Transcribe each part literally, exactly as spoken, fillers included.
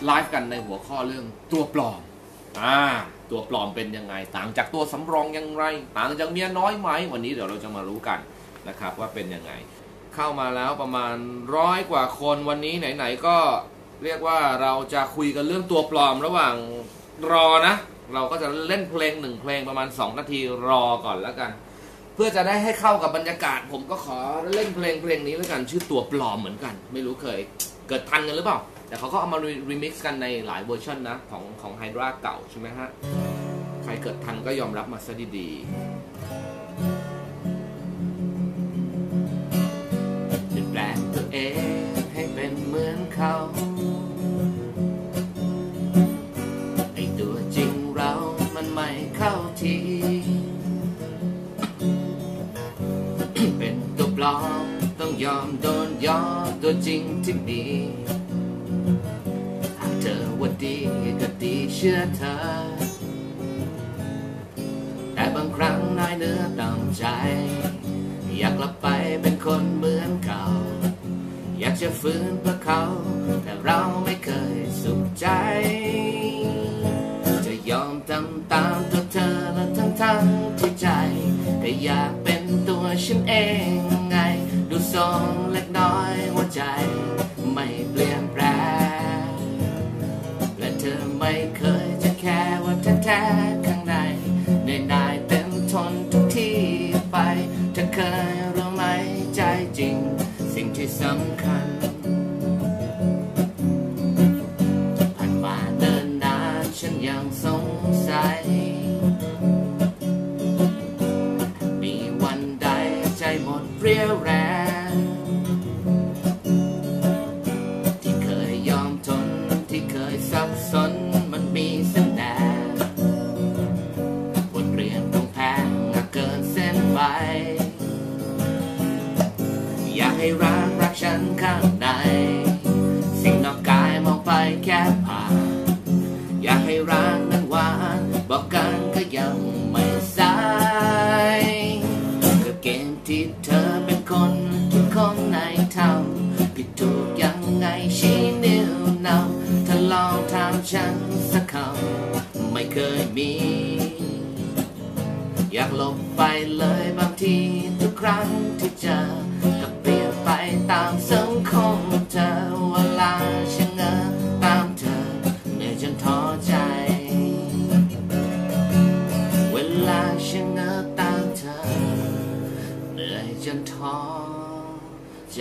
ไลฟ์กันในหัวข้อเรื่องตัวปลอมอ่าตัวปลอมเป็นยังไงต่างจากตัวสำรองยังไงต่างจากเมียน้อยไหมวันนี้เดี๋ยวเราจะมารู้กันนะครับว่าเป็นยังไงเข้ามาแล้วประมาณร้อยกว่าคนวันนี้ไหนๆก็เรียกว่าเราจะคุยกันเรื่องตัวปลอมระหว่างรอนะเราก็จะเล่นเพลงหนึ่งเพลงประมาณสองนาทีรอก่อนแล้วกันเพื่อจะได้ให้เข้ากับบรรยากาศผมก็ขอเล่นเพลงเพลงนี้แล้วกันชื่อตัวปลอมเหมือนกันไม่รู้เคยเกิดทันกันหรือเปล่าแต่เขาก็เอามารีมิกซ์กันในหลายเวอร์ชันนะของของไฮดราเก่าใช่ไหมฮะใครเกิดทันก็ยอมรับมาซะดีๆเปลี่ยนแปลงตัวเองให้เป็นเหมือนเขาไอตัวจริงเรามันไม่เข้าทีเป็นตัวปลอมต้องยอมโดนย้อตัวจริงที่มีหากเธอว่าดีก็ดีเชื่อเธอแต่บางครั้งน้อยเนื้อต่ำใจอยากกลับไปเป็นคนเหมือนเก่าอยากจะฟื้นเพื่อเขาแต่เราไม่เคยสุขใจจะยอมทำตามตัวเธอและทั้งทั้งที่ใจก็อยากเป็นตัวฉันเองไงดูทรงเล็กน้อยหัวใจไม่เปลี่ยนแปลงและเธอไม่เคยจะแค่ว่าแท้ๆข้างในในนายเต็มทนทุกที่ไปเธอเคยรู้ไหมใจจริงสิ่งที่สำคัญผ่านมาเดินนานฉันยังสงสัยมีวันใดใจหมดเรี่ยวแรงที่เคยยอมทนที่เคยสับสนมันมีเส้นแดงบทเรียนต้องแพงเกินเส้นไปอยากให้รักรักฉันข้างในสิ่งนอกกายมองไปแค่ผ่านอยากให้รักนั้นหวานบอกกันก็ยังไม่สายก็เก่งที่เธอเป็นคนทุกคนในทำผิดถูกยังไงชี้นิ้วนำถ้าลองถามฉันสักคำไม่เคยมีอยากหลบไปเลยบางทีทุกครั้งที่เจอก็เปลี่ยนไปตามสังคมเธอเวลาฉันเงอตามเธอเหนื่อยจนท้อใจเวลาฉันเงอตามเธอเหนื่อยจนท้อใจ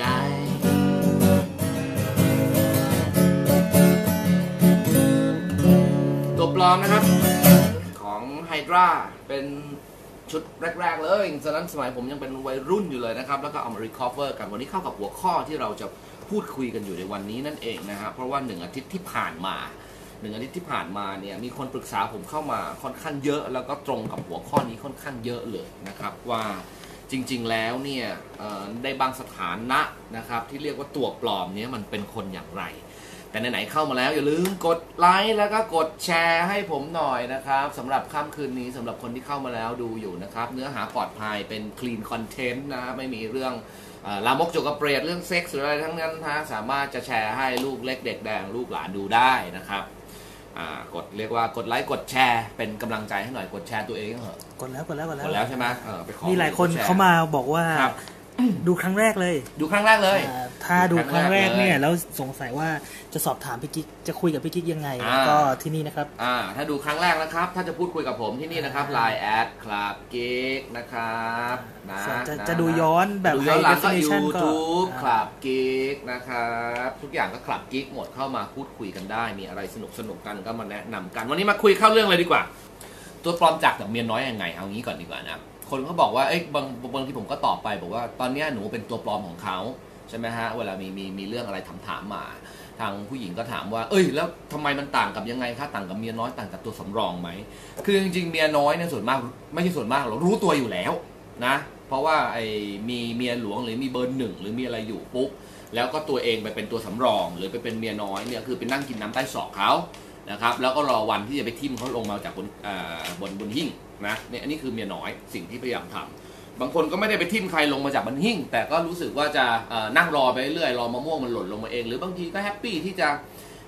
ตัวปลอมนะครับของไฮดราเป็นชุดแรกๆเลยตอนนั้นสมัยผมยังเป็นวัยรุ่นอยู่เลยนะครับแล้วก็เอามา recover กันวันนี้เข้ากับหัวข้อที่เราจะพูดคุยกันอยู่ในวันนี้นั่นเองนะฮะเพราะว่าหนึ่งอาทิตย์ที่ผ่านมาหนึ่งอาทิตย์ที่ผ่านมาเนี่ยมีคนปรึกษาผมเข้ามาค่อนข้างเยอะแล้วก็ตรงกับหัวข้อนี้ค่อนข้างเยอะเลยนะครับว่าจริงๆแล้วเนี่ยในบางสถานะนะครับที่เรียกว่าตัวปลอมเนี่ยมันเป็นคนอย่างไรแต่ไหนๆเข้ามาแล้วอย่าลืมกดไลค์แล้วก็กดแชร์ให้ผมหน่อยนะครับสำหรับค่ำคืนนี้สำหรับคนที่เข้ามาแล้วดูอยู่นะครับเนื้อหาปลอดภัยเป็นคลีนคอนเทนต์นะไม่มีเรื่องลามกจกกระเปรตเรื่องเซ็กส์หรืออะไรทั้งนั้นนะสามารถจะแชร์ให้ลูกเล็กเด็กแดงลูกหลานดูได้นะครับกดเรียกว่ากดไลค์กดแชร์เป็นกำลังใจให้หน่อยกดแชร์ตัวเองเหรอกดแล้วกดแล้วกดแล้วกดแล้วใช่ไหมไปขอมีหลายคนเขามาบอกว่าดูครั้งแรกเลยดูครั้งแรกเลยถ้าดูครั้งแรกเนี่ยแล้วสงสัยว่าจะสอบถามพี่กิ๊กจะคุยกับพี่กิ๊กยังไงก็ที่นี่นะครับอ่าถ้าดูครั้งแรกนะครับถ้าจะพูดคุยกับผมที่นี่นะครับ ไลน์ แอด คลับกิ๊กนะครับนะจะจะดูย้อนแบบดูย้อนหลังก็ YouTube คลับกิ๊กนะครับทุกอย่างก็คลับกิ๊กหมดเข้ามาพูดคุยกันได้มีอะไรสนุกสนุกกันก็มาแนะนำกันวันนี้มาคุยเข้าเรื่องเลยดีกว่าตัวปลอมจากกับเมียน้อยยังไงเอางี้ก่อนดีกว่านะคนเขาบอกว่าเอ้ยบางบางที่ผมก็ตอบไปบอกว่าตอนนี้หนูเป็นตัวปลอมของเขาใช่ไหมฮะเวลามีมีมีเรื่องอะไรถามถามมาทางผู้หญิงก็ถามว่าเอ้ยแล้วทำไมมันต่างกับยังไงคะต่างกับเมียน้อยต่างกับตัวสำรองไหมคือจริงๆเมียน้อยเนี่ยส่วนมากไม่ใช่ส่วนมากหรอกรู้ตัวอยู่แล้วนะเพราะว่าไอ้มีเมียหลวงหรือมีเบอร์หนึ่งหรือมีอะไรอยู่ปุ๊บแล้วก็ตัวเองไปเป็นตัวสำรองหรือไปเป็นเมียน้อยเนี่ยคือไปนั่งกินน้ำใต้ศอกเขานะครับแล้วก็รอวันที่จะไปทิ่มเขาลงมาจากบนบนบนหิ้งนะเนี่ยอันนี้คือเมียน้อยสิ่งที่พยายามทำบางคนก็ไม่ได้ไปทิ่มใครลงมาจากบนหิ้งแต่ก็รู้สึกว่าจะนั่งรอไปเรื่อยรอมะม่วงมันหล่นลงมาเองหรือบางทีก็แฮปปี้ที่จะ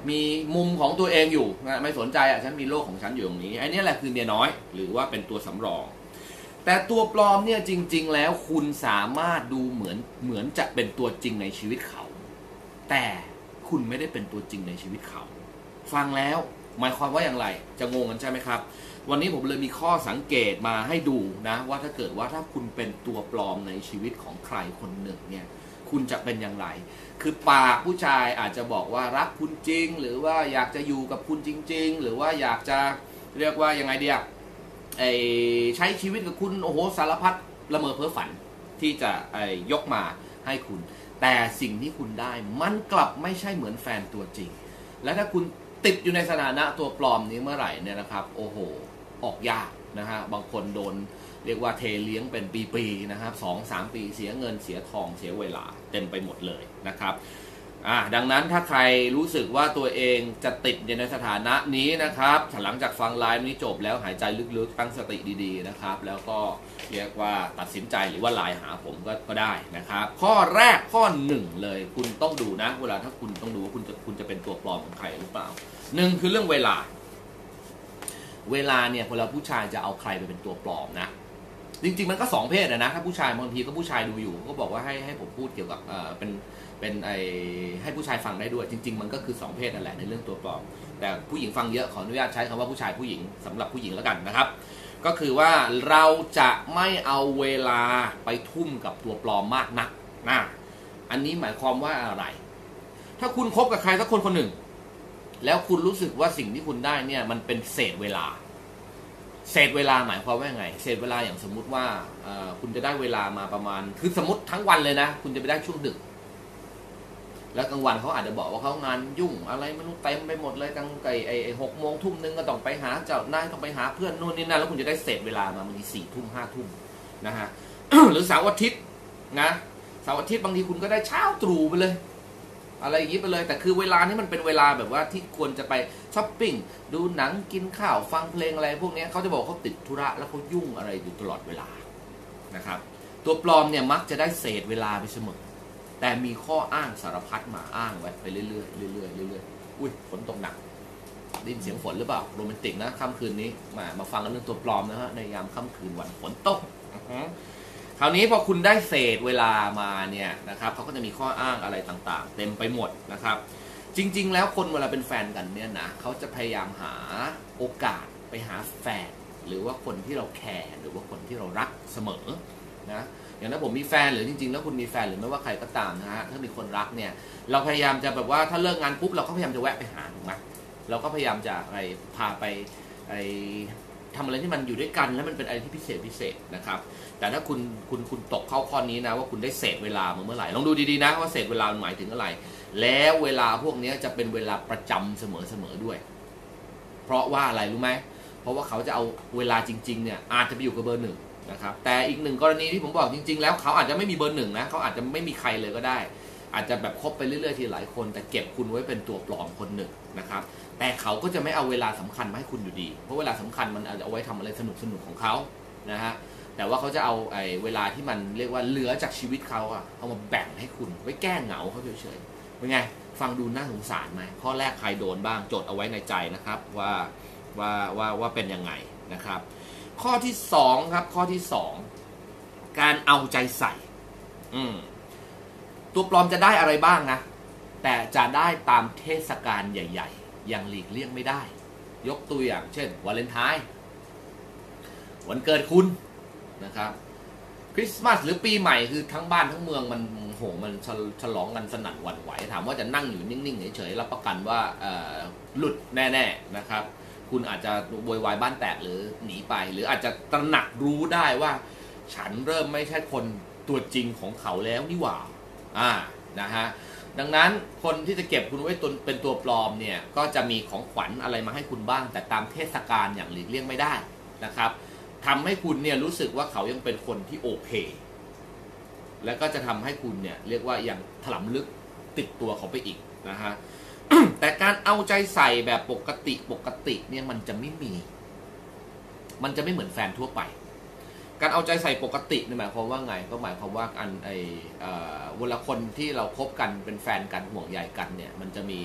มีมุมของตัวเองอยู่นะไม่สนใจอ่ะฉันมีโลกของฉันอยู่ตรงนี้ไอ้นี่แหละคือเมียน้อยหรือว่าเป็นตัวสำรองแต่ตัวปลอมเนี่ยจริงๆแล้วคุณสามารถดูเหมือนเหมือนจะเป็นตัวจริงในชีวิตเขาแต่คุณไม่ได้เป็นตัวจริงในชีวิตเขาฟังแล้วหมายความว่าอย่างไรจะงงกันใช่ไหมครับวันนี้ผมเลยมีข้อสังเกตมาให้ดูนะว่าถ้าเกิดว่าถ้าคุณเป็นตัวปลอมในชีวิตของใครคนหนึ่งเนี่ยคุณจะเป็นอย่างไรคือปากผู้ชายอาจจะบอกว่ารักคุณจริงหรือว่าอยากจะอยู่กับคุณจริงๆหรือว่าอยากจะเรียกว่ายังไงเดียไอใช้ชีวิตกับคุณโอ้โหสารพัดละเมอเพ้อฝันที่จะไอยกมาให้คุณแต่สิ่งที่คุณได้มันกลับไม่ใช่เหมือนแฟนตัวจริงและถ้าคุณติดอยู่ในสถานะตัวปลอมนี้เมื่อไหร่เนี่ยนะครับโอ้โหออกยากนะฮะบางคนโดนเรียกว่าเทเลี้ยงเป็นปีๆนะครับสองสามปีเสียเงินเสียทองเสียเวลาเต็มไปหมดเลยนะครับอ่าดังนั้นถ้าใครรู้สึกว่าตัวเองจะติดอยู่ในสถานะนี้นะครับหลังจากฟังไลฟ์นี้จบแล้วหายใจลึกๆตั้งสติดีๆนะครับแล้วก็เรียกว่าตัดสินใจหรือว่าไลน์หาผมก็ก็ได้นะครับข้อแรกข้อหนึ่งเลยคุณต้องดูนะเวลาถ้าคุณต้องดูว่าคุณจะคุณจะเป็นตัวปลอมของใครหรือเปล่าหนึ่งคือเรื่องเวลาเวลาเนี่ยเวลาผู้ชายจะเอาใครไปเป็นตัวปลอมนะจริงๆมันก็สองเพศนะถ้าผู้ชายบางทีก็ผู้ชายดูอยู่ก็บอกว่าให้ให้ผมพูดเกี่ยวกับเอ่อเป็นเป็นไอให้ผู้ชายฟังได้ด้วยจริงๆมันก็คือสองเพศนั่นแหละในเรื่องตัวปลอมแต่ผู้หญิงฟังเยอะขออนุญาตใช้คำว่าผู้ชายผู้หญิงสำหรับผู้หญิงแล้วกันนะครับก็คือว่าเราจะไม่เอาเวลาไปทุ่มกับตัวปลอมมากนักนะอันนี้หมายความว่าอะไรถ้าคุณคบกับใครสักคนคนหนึ่งแล้วคุณรู้สึกว่าสิ่งที่คุณได้เนี่ยมันเป็นเศษเวลาเศษเวลาหมายความว่าไงเศษเวลาอย่างสมมุติว่าคุณจะได้เวลามาประมาณคือสมมติทั้งวันเลยนะคุณจะไปได้ช่วงดึกแล้วกลางวันเขาอาจจะบอกว่าเขางานยุ่งอะไรมนุษย์เต็มไปหมดเลยกลางไก่ไอ้หกโมงทุ่มนึงก็ต้องไปหาเจ้านายต้องไปหาเพื่อนนู่นนี่นั่นแล้วคุณจะได้เศษเวลามาบางทีสี่ทุ่มห้าทุ่มนะฮะ หรือเสาร์อาทิตย์นะเสาร์อาทิตย์บางทีคุณก็ได้เช้าตรู่ไปเลยอะไรอย่างนี้ไปเลยแต่คือเวลานี้มันเป็นเวลาแบบว่าที่ควรจะไปช้อปปิ้งดูหนังกินข้าวฟังเพลงอะไรพวกนี้เขาจะบอกเขาติดธุระแล้วเขายุ่งอะไรอยู่ตลอดเวลานะครับตัวปลอมเนี่ยมักจะได้เศษเวลาไปเสมอแต่มีข้ออ้างสารพัดมาอ้างไว้ไปเรื่อยๆเรื่อยๆเรื่อยๆอุ้ยฝนตกหนักได้ยินเสียงฝนหรือเปล่าโรแมนติกนะค่ำคืนนี้มามาฟังกันเรื่องตัวปลอมนะฮะในยามค่ำคืนวันฝนตกคราวนี้พอคุณได้เศษเวลามาเนี่ยนะครับเขาก็จะมีข้ออ้างอะไรต่างๆเต็มไปหมดนะครับจริงๆแล้วคนเวลาเป็นแฟนกันเนี่ยนะเขาจะพยายามหาโอกาสไปหาแฟนหรือว่าคนที่เราแคร์หรือว่าคนที่เรารักเสมอนะอย่างนั้นผมมีแฟนหรือจริงๆแล้วคุณมีแฟนหรือไม่ว่าใครก็ตามนะฮะถ้ามีคนรักเนี่ยเราพยายามจะแบบว่าถ้าเลิกงานปุ๊บเราก็พยายามจะแวะไปหาถูกไหมเราก็พยายามจะไปพาไปไอทำอะไรที่มันอยู่ด้วยกันแล้วมันเป็นอะไรที่พิเศษพิเศษนะครับแต่ถ้าคุณคุณคุณตกเข้าข้อนี้นะว่าคุณได้เศษเวลาเมื่อไหร่ลองดูดีๆนะว่าเศษเวลาหมายถึงอะไรแล้วเวลาพวกนี้จะเป็นเวลาประจำเสมอๆด้วยเพราะว่าอะไรรู้ไหมเพราะว่าเขาจะเอาเวลาจริงๆเนี่ยอาจจะไปอยู่กับเบอร์หนึ่งนะครับแต่อีกหนึ่งกรณีที่ผมบอกจริงๆแล้วเขาอาจจะไม่มีเบอร์หนึ่งนะเขาอาจจะไม่มีใครเลยก็ได้อาจจะแบบคบไปเรื่อยๆทีหลายคนแต่เก็บคุณไว้เป็นตัวปลอมคนหนึ่งนะครับแต่เขาก็จะไม่เอาเวลาสำคัญมาให้คุณอยู่ดีเพราะเวลาสำคัญมันอาจจะเอาไว้ทำอะไรสนุกๆของเขานะฮะแต่ว่าเขาจะเอาไอ้เวลาที่มันเรียกว่าเหลือจากชีวิตเขาอะเอามาแบ่งให้คุณไว้แก้เหงาเขาเฉยๆเป็นไงฟังดูน่าสงสารไหมข้อแรกใครโดนบ้างจดเอาไว้ในใจนะครับว่าว่าว่าว่าเป็นยังไงนะครับข้อที่สองครับข้อที่สองการเอาใจใส่อืมตัวปลอมจะได้อะไรบ้างนะแต่จะได้ตามเทศกาลใหญ่ๆอย่างหลีกเลี่ยงไม่ได้ยกตัวอย่างเช่นวาเลนไทน์วันเกิดคุณนะครับคริสต์มาสหรือปีใหม่คือทั้งบ้านทั้งเมืองมันโหมันฉลองกันสนั่นหวั่นไหวถามว่าจะนั่งอยู่นิ่งๆเฉยๆรับประกันว่าหลุดแน่ๆนะครับคุณอาจจะโวยวายบ้านแตกหรือหนีไปหรืออาจจะตระหนักรู้ได้ว่าฉันเริ่มไม่ใช่คนตัวจริงของเขาแล้วนี่หว่าอ่านะฮะดังนั้นคนที่จะเก็บคุณไว้ตนเป็นตัวปลอมเนี่ยก็จะมีของขวัญอะไรมาให้คุณบ้างแต่ตามเทศกาลอย่างหลีกเลี่ยงไม่ได้นะครับทำให้คุณเนี่ยรู้สึกว่าเขายังเป็นคนที่โอเคและก็จะทำให้คุณเนี่ยเรียกว่าอย่างถลำลึกติดตัวเขาไปอีกนะฮะ แต่การเอาใจใส่แบบปกติปกติเนี่ยมันจะไม่มีมันจะไม่เหมือนแฟนทั่วไปการเอาใจใส่ปกตินี่หมายความว่าไงก็หมายความว่าอันไอเวลาคนที่เราคบกันเป็นแฟนกันห่วงใยกันเนี่ยมันจะมี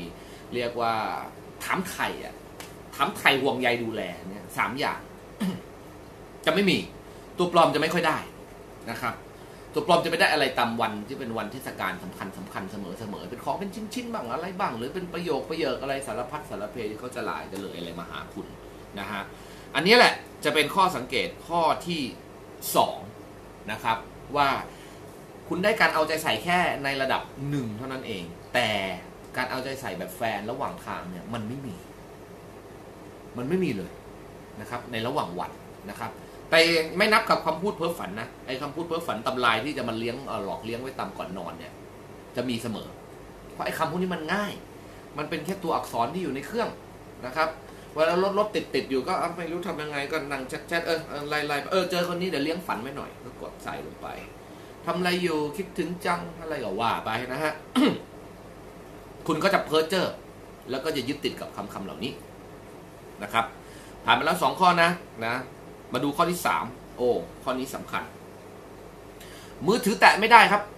เรียกว่าถามไทยอ่ะถามไทยห่วงใยดูแลเนี่ยสามอย่าง จะไม่มีตัวปลอมจะไม่ค่อยได้นะครับตัวปลอมจะไม่ได้อะไรตามวันที่เป็นวันเทศกาลสำคัญสำคัญเสมอเสมอเป็นของเป็นชิ้นๆบ้างอะไรบ้างหรือเป็นประโยคประโยคอะไรสารพัดสารเพที่เขาจะหลายจะเลยอะไรมาหาคุณนะฮะอันนี้แหละจะเป็นข้อสังเกตข้อที่สองนะครับว่าคุณได้การเอาใจใส่แค่ในระดับหนึ่งเท่านั้นเองแต่การเอาใจใส่แบบแฟนระหว่างทางเนี่ยมันไม่มีมันไม่มีเลยนะครับในระหว่างวันนะครับแต่ไม่นับกับคำพูดเพ้อฝันนะไอ้คำพูดเพ้อฝันตำลายที่จะมาเลี้ยงหลอกเลี้ยงไว้ตามก่อนนอนเนี่ยจะมีเสมอเพราะไอ้คำพวกนี้มันง่ายมันเป็นแค่ตัวอักษรที่อยู่ในเครื่องนะครับเวลารถรถติดติดอยู่ก็ไม่รู้ทำยังไงก็นั่งแชทเออไล่ไล่เออเจอคนนี้เดี๋ยวเลี้ยงฝันไว้หน่อยก็กดใส่ลงไปทำอะไรอยู่คิดถึงจังอะไรก็ว่าไปนะฮะ คุณก็จะเพ้อเจ้อแล้วก็จะยึดติดกับคำคำเหล่านี้นะครับผ่านไปแล้วสองข้อนะนะมาดูข้อที่สามโอ้ข้อนี้สำคัญมือถือแตะไม่ได้ครับ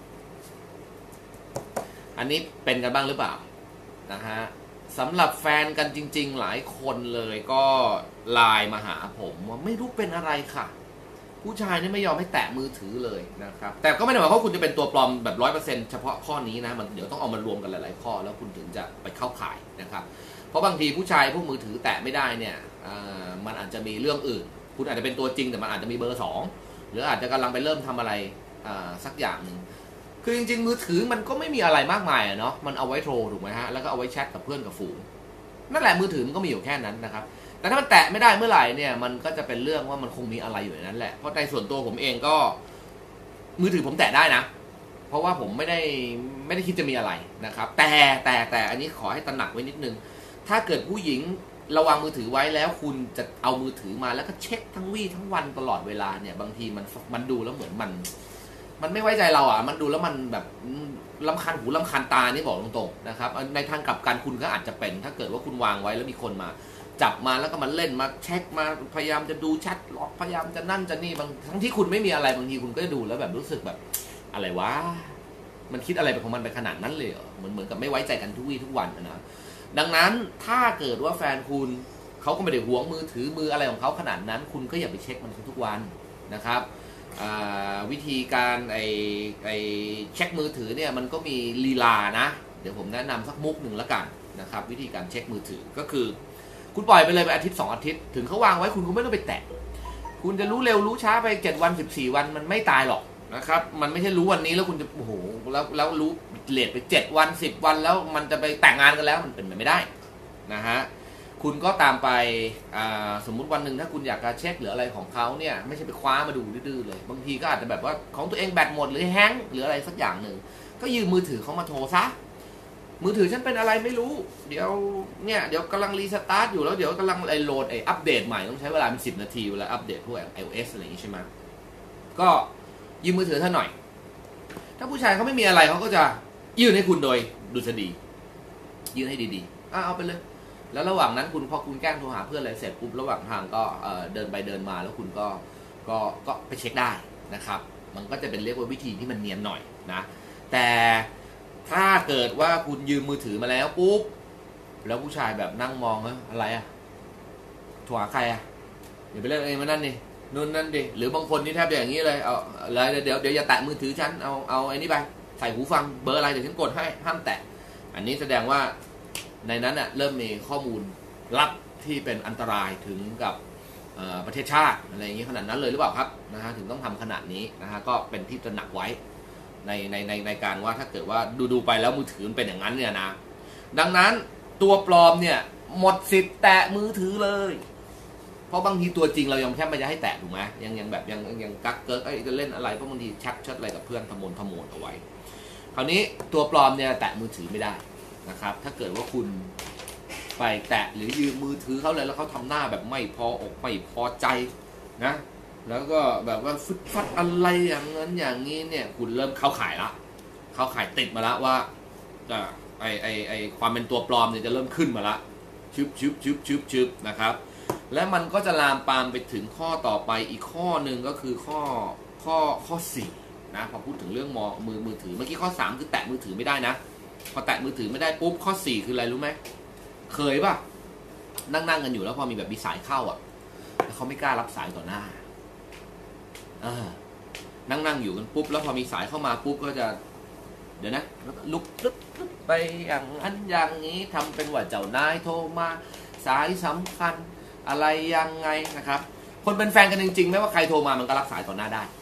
อันนี้เป็นกันบ้างหรือเปล่านะฮะสำหรับแฟนกันจริงๆหลายคนเลยก็ไลน์มาหาผมว่าไม่รู้เป็นอะไรค่ะผู้ชายนี่ไม่ยอมให้แตะมือถือเลยนะครับแต่ก็ไม่ได้หมายความว่าคุณจะเป็นตัวปลอมแบบร้อยเปอร์เซ็นต์เฉพาะข้อนี้นะมันเดี๋ยวต้องเอามารวมกันหลายๆข้อแล้วคุณถึงจะไปเข้าข่ายนะครับเพราะบางทีผู้ชายพวกมือถือแตะไม่ได้เนี่ยมันอาจจะมีเรื่องอื่นคุณอาจจะเป็นตัวจริงแต่มันอาจจะมีเบอร์สองหรืออาจจะกำลังไปเริ่มทำอะไรสักอย่างหนึ่งคือจริงๆมือถือมันก็ไม่มีอะไรมากมายเนาะมันเอาไว้โทรถูกไหมฮะแล้วก็เอาไว้แชทกับเพื่อนกับฝูงนั่นแหละมือถือมันก็มีอยู่แค่นั้นนะครับแต่ถ้ามันแตะไม่ได้เมื่อไหร่เนี่ยมันก็จะเป็นเรื่องว่ามันคงมีอะไรอยู่ในนั้นแหละเพราะในส่วนตัวผมเองก็มือถือผมแตะได้นะเพราะว่าผมไม่ได้ไม่ได้คิดจะมีอะไรนะครับแต่แต่แต่อันนี้ขอให้ตระหนักไว้นิดนึงถ้าเกิดผู้หญิงระวังมือถือไว้แล้วคุณจะเอามือถือมาแล้วก็เช็คทั้งวี่ทั้งวันตลอดเวลาเนี่ยบางทีมันมันดูแล้วเหมือนมันมันไม่ไว้ใจเราอ่ะมันดูแล้วมันแบบรำคาญหูรำคาญตานี่บอกตรงๆนะครับในทางกลับกันคุณก็อาจจะเป็นถ้าเกิดว่าคุณวางไว้แล้วมีคนมาจับมาแล้วก็มาเล่นมาเช็คมาพยายามจะดูแชทล็อกพยายามจะนั่นจะนี่บางทั้งที่คุณไม่มีอะไรบางทีคุณก็จะดูแล้วแบบรู้สึกแบบอะไรวะมันคิดอะไรไปของมันไปขนาดนั้นเลยเหรอเหมือนเหมือนกับไม่ไว้ใจกันทุกวี่ทุกวันนะดังนั้นถ้าเกิดว่าแฟนคุณเขาก็ไม่ได้หวงมือถือมืออะไรของเขาขนาดนั้นคุณก็อย่าไปเช็คมันทุกวันนะครับวิธีการไอไอเช็คมือถือเนี่ยมันก็มีลีลานะเดี๋ยวผมแนะนำสักมุกหนึ่งละกันนะครับวิธีการเช็คมือถือก็คือคุณปล่อยไปเลยไปอาทิตย์สองอาทิตย์ถึงเขาวางไว้คุณก็ไม่ต้องไปแตะคุณจะรู้เร็วรู้ช้าไปเจ็ดวันสิบสี่วันมันไม่ตายหรอกนะครับมันไม่ใช่รู้วันนี้แล้วคุณจะโอ้โหแล้วแล้วรู้เลทไปเจ็ดวันสิบวันแล้วมันจะไปแต่งงานกันแล้วมันเป็นไปไม่ได้นะฮะคุณก็ตามไปสมมุติวันหนึ่งถ้าคุณอยากจะเช็คหรืออะไรของเขาเนี่ยไม่ใช่ไปคว้ามาดูดื้อๆเลยบางทีก็อาจจะแบบว่าของตัวเองแบตหมดหรือแฮงก์หรืออะไรสักอย่างหนึ่งก็ยืมมือถือเขามาโทรซะมือถือฉันเป็นอะไรไม่รู้เดี๋ยวเนี่ยเดี๋ยวกำลังรีสตาร์ทอยู่แล้วเดี๋ยวกำลังไอโหลดไออัปเดตใหม่ต้องใช้เวลาเป็นสิบนาทีเวลาอัปเดตพวก ไอ โอ เอส อะไรอย่างนี้ใช่ไหมก็ยืมมือถือท่านหน่อยถ้าผู้ชายเขาไม่มีอะไรเขาก็จะยื่นให้คุณโดยดุษฎียื่นให้ดีๆอ่ะเอาไปเลยแล้วระหว่างนั้นคุณพอคุณแกล้งโทรหาเพื่อนอะไรเสร็จปุ๊บระหว่างทางก็เดินไปเดินมาแล้วคุณก็ก็ก็ไปเช็คได้นะครับมันก็จะเป็นเรียกว่าวิธีที่มันเนียนหน่อยนะแต่ถ้าเกิดว่าคุณยืมมือถือมาแล้วปุ๊บแล้วผู้ชายแบบนั่งมองเฮ้ยอะไรอะโทรหาใครอะเดี๋ยวไปเล่นเองมานั่นดินู่นนั่นดิหรือบางคนนี่แทบจะอย่างนี้เลยเอาเลยเดี๋ยวเดี๋ยวอย่าแตะมือถือฉันเอาเอาไอ้นี่ไปใส่หูฟังเบอร์อะไรเดี๋ยวฉันกดให้ห้ามแตะอันนี้แสดงว่าในนั้นอะเริ่มมีข้อมูลลับที่เป็นอันตรายถึงกับประเทศชาติอะไรอย่างนี้ขนาดนั้นเลยหรือเปล่าครับนะฮะถึงต้องทำขนาดนี้นะฮะก็เป็นที่ตระหนักไว้ในในในในการว่าถ้าเกิดว่าดูดูไปแล้วมือถือมันเป็นอย่างนั้นเนี่ยนะดังนั้นตัวปลอมเนี่ยหมดสิทธิ์แตะมือถือเลยเพราะบางทีตัวจริงเรายังแค่ไม่จะให้แตะถูกไหมยังยังแบบยังยังกักเกิร์กไอ้จะเล่นอะไรเพราะบางทีชักชัดอะไรกับเพื่อนทำมนทำโมนเอาไว้คราวนี้ตัวปลอมเนี่ยแตะมือถือไม่ได้นะครับถ้าเกิดว่าคุณไปแตะหรือยืมมือถือเขาเลยแล้วเขาทำหน้าแบบไม่พออกไม่พอใจนะแล้วก็แบบว่าฟึดฟัดอะไรอย่างนั้นอย่างนี้เนี่ยคุณเริ่มเข้าข่ายละเข้าข่ายติดมาแล้วว่าไอไอไอความเป็นตัวปลอมเนี่ยจะเริ่มขึ้นมาละชึบชึบชึบชึบชึบนะครับและมันก็จะลามปามไปถึงข้อต่อไปอีกข้อหนึ่งก็คือข้อข้อข้อสี่นะพอพูดถึงเรื่องมอมือมือถือเมื่อกี้ข้อสามคือแตะมือถือไม่ได้นะพอแตะมือถือไม่ได้ปุ๊บข้อสี่คืออะไรรู้ไหมเคยป่ะนั่งนั่งกันอยู่แล้วพอมีแบบมีสายเข้าอ่ะแล้วเขาไม่กล้ารับสายต่อหน้าเออนั่งนั่งอยู่กันปุ๊บแล้วพอมีสายเข้ามาปุ๊บก็จะเดี๋ยวนะแล้วลุกลุกลุกไปอย่างอันอย่างนี้ทำเป็นว่าเจ้านายโทรมาสายสำคัญอะไรยังไงนะครับคนเป็นแฟนกันจริงๆไม่ว่าใครโทรมามันก็รับสายต่อหน้าได้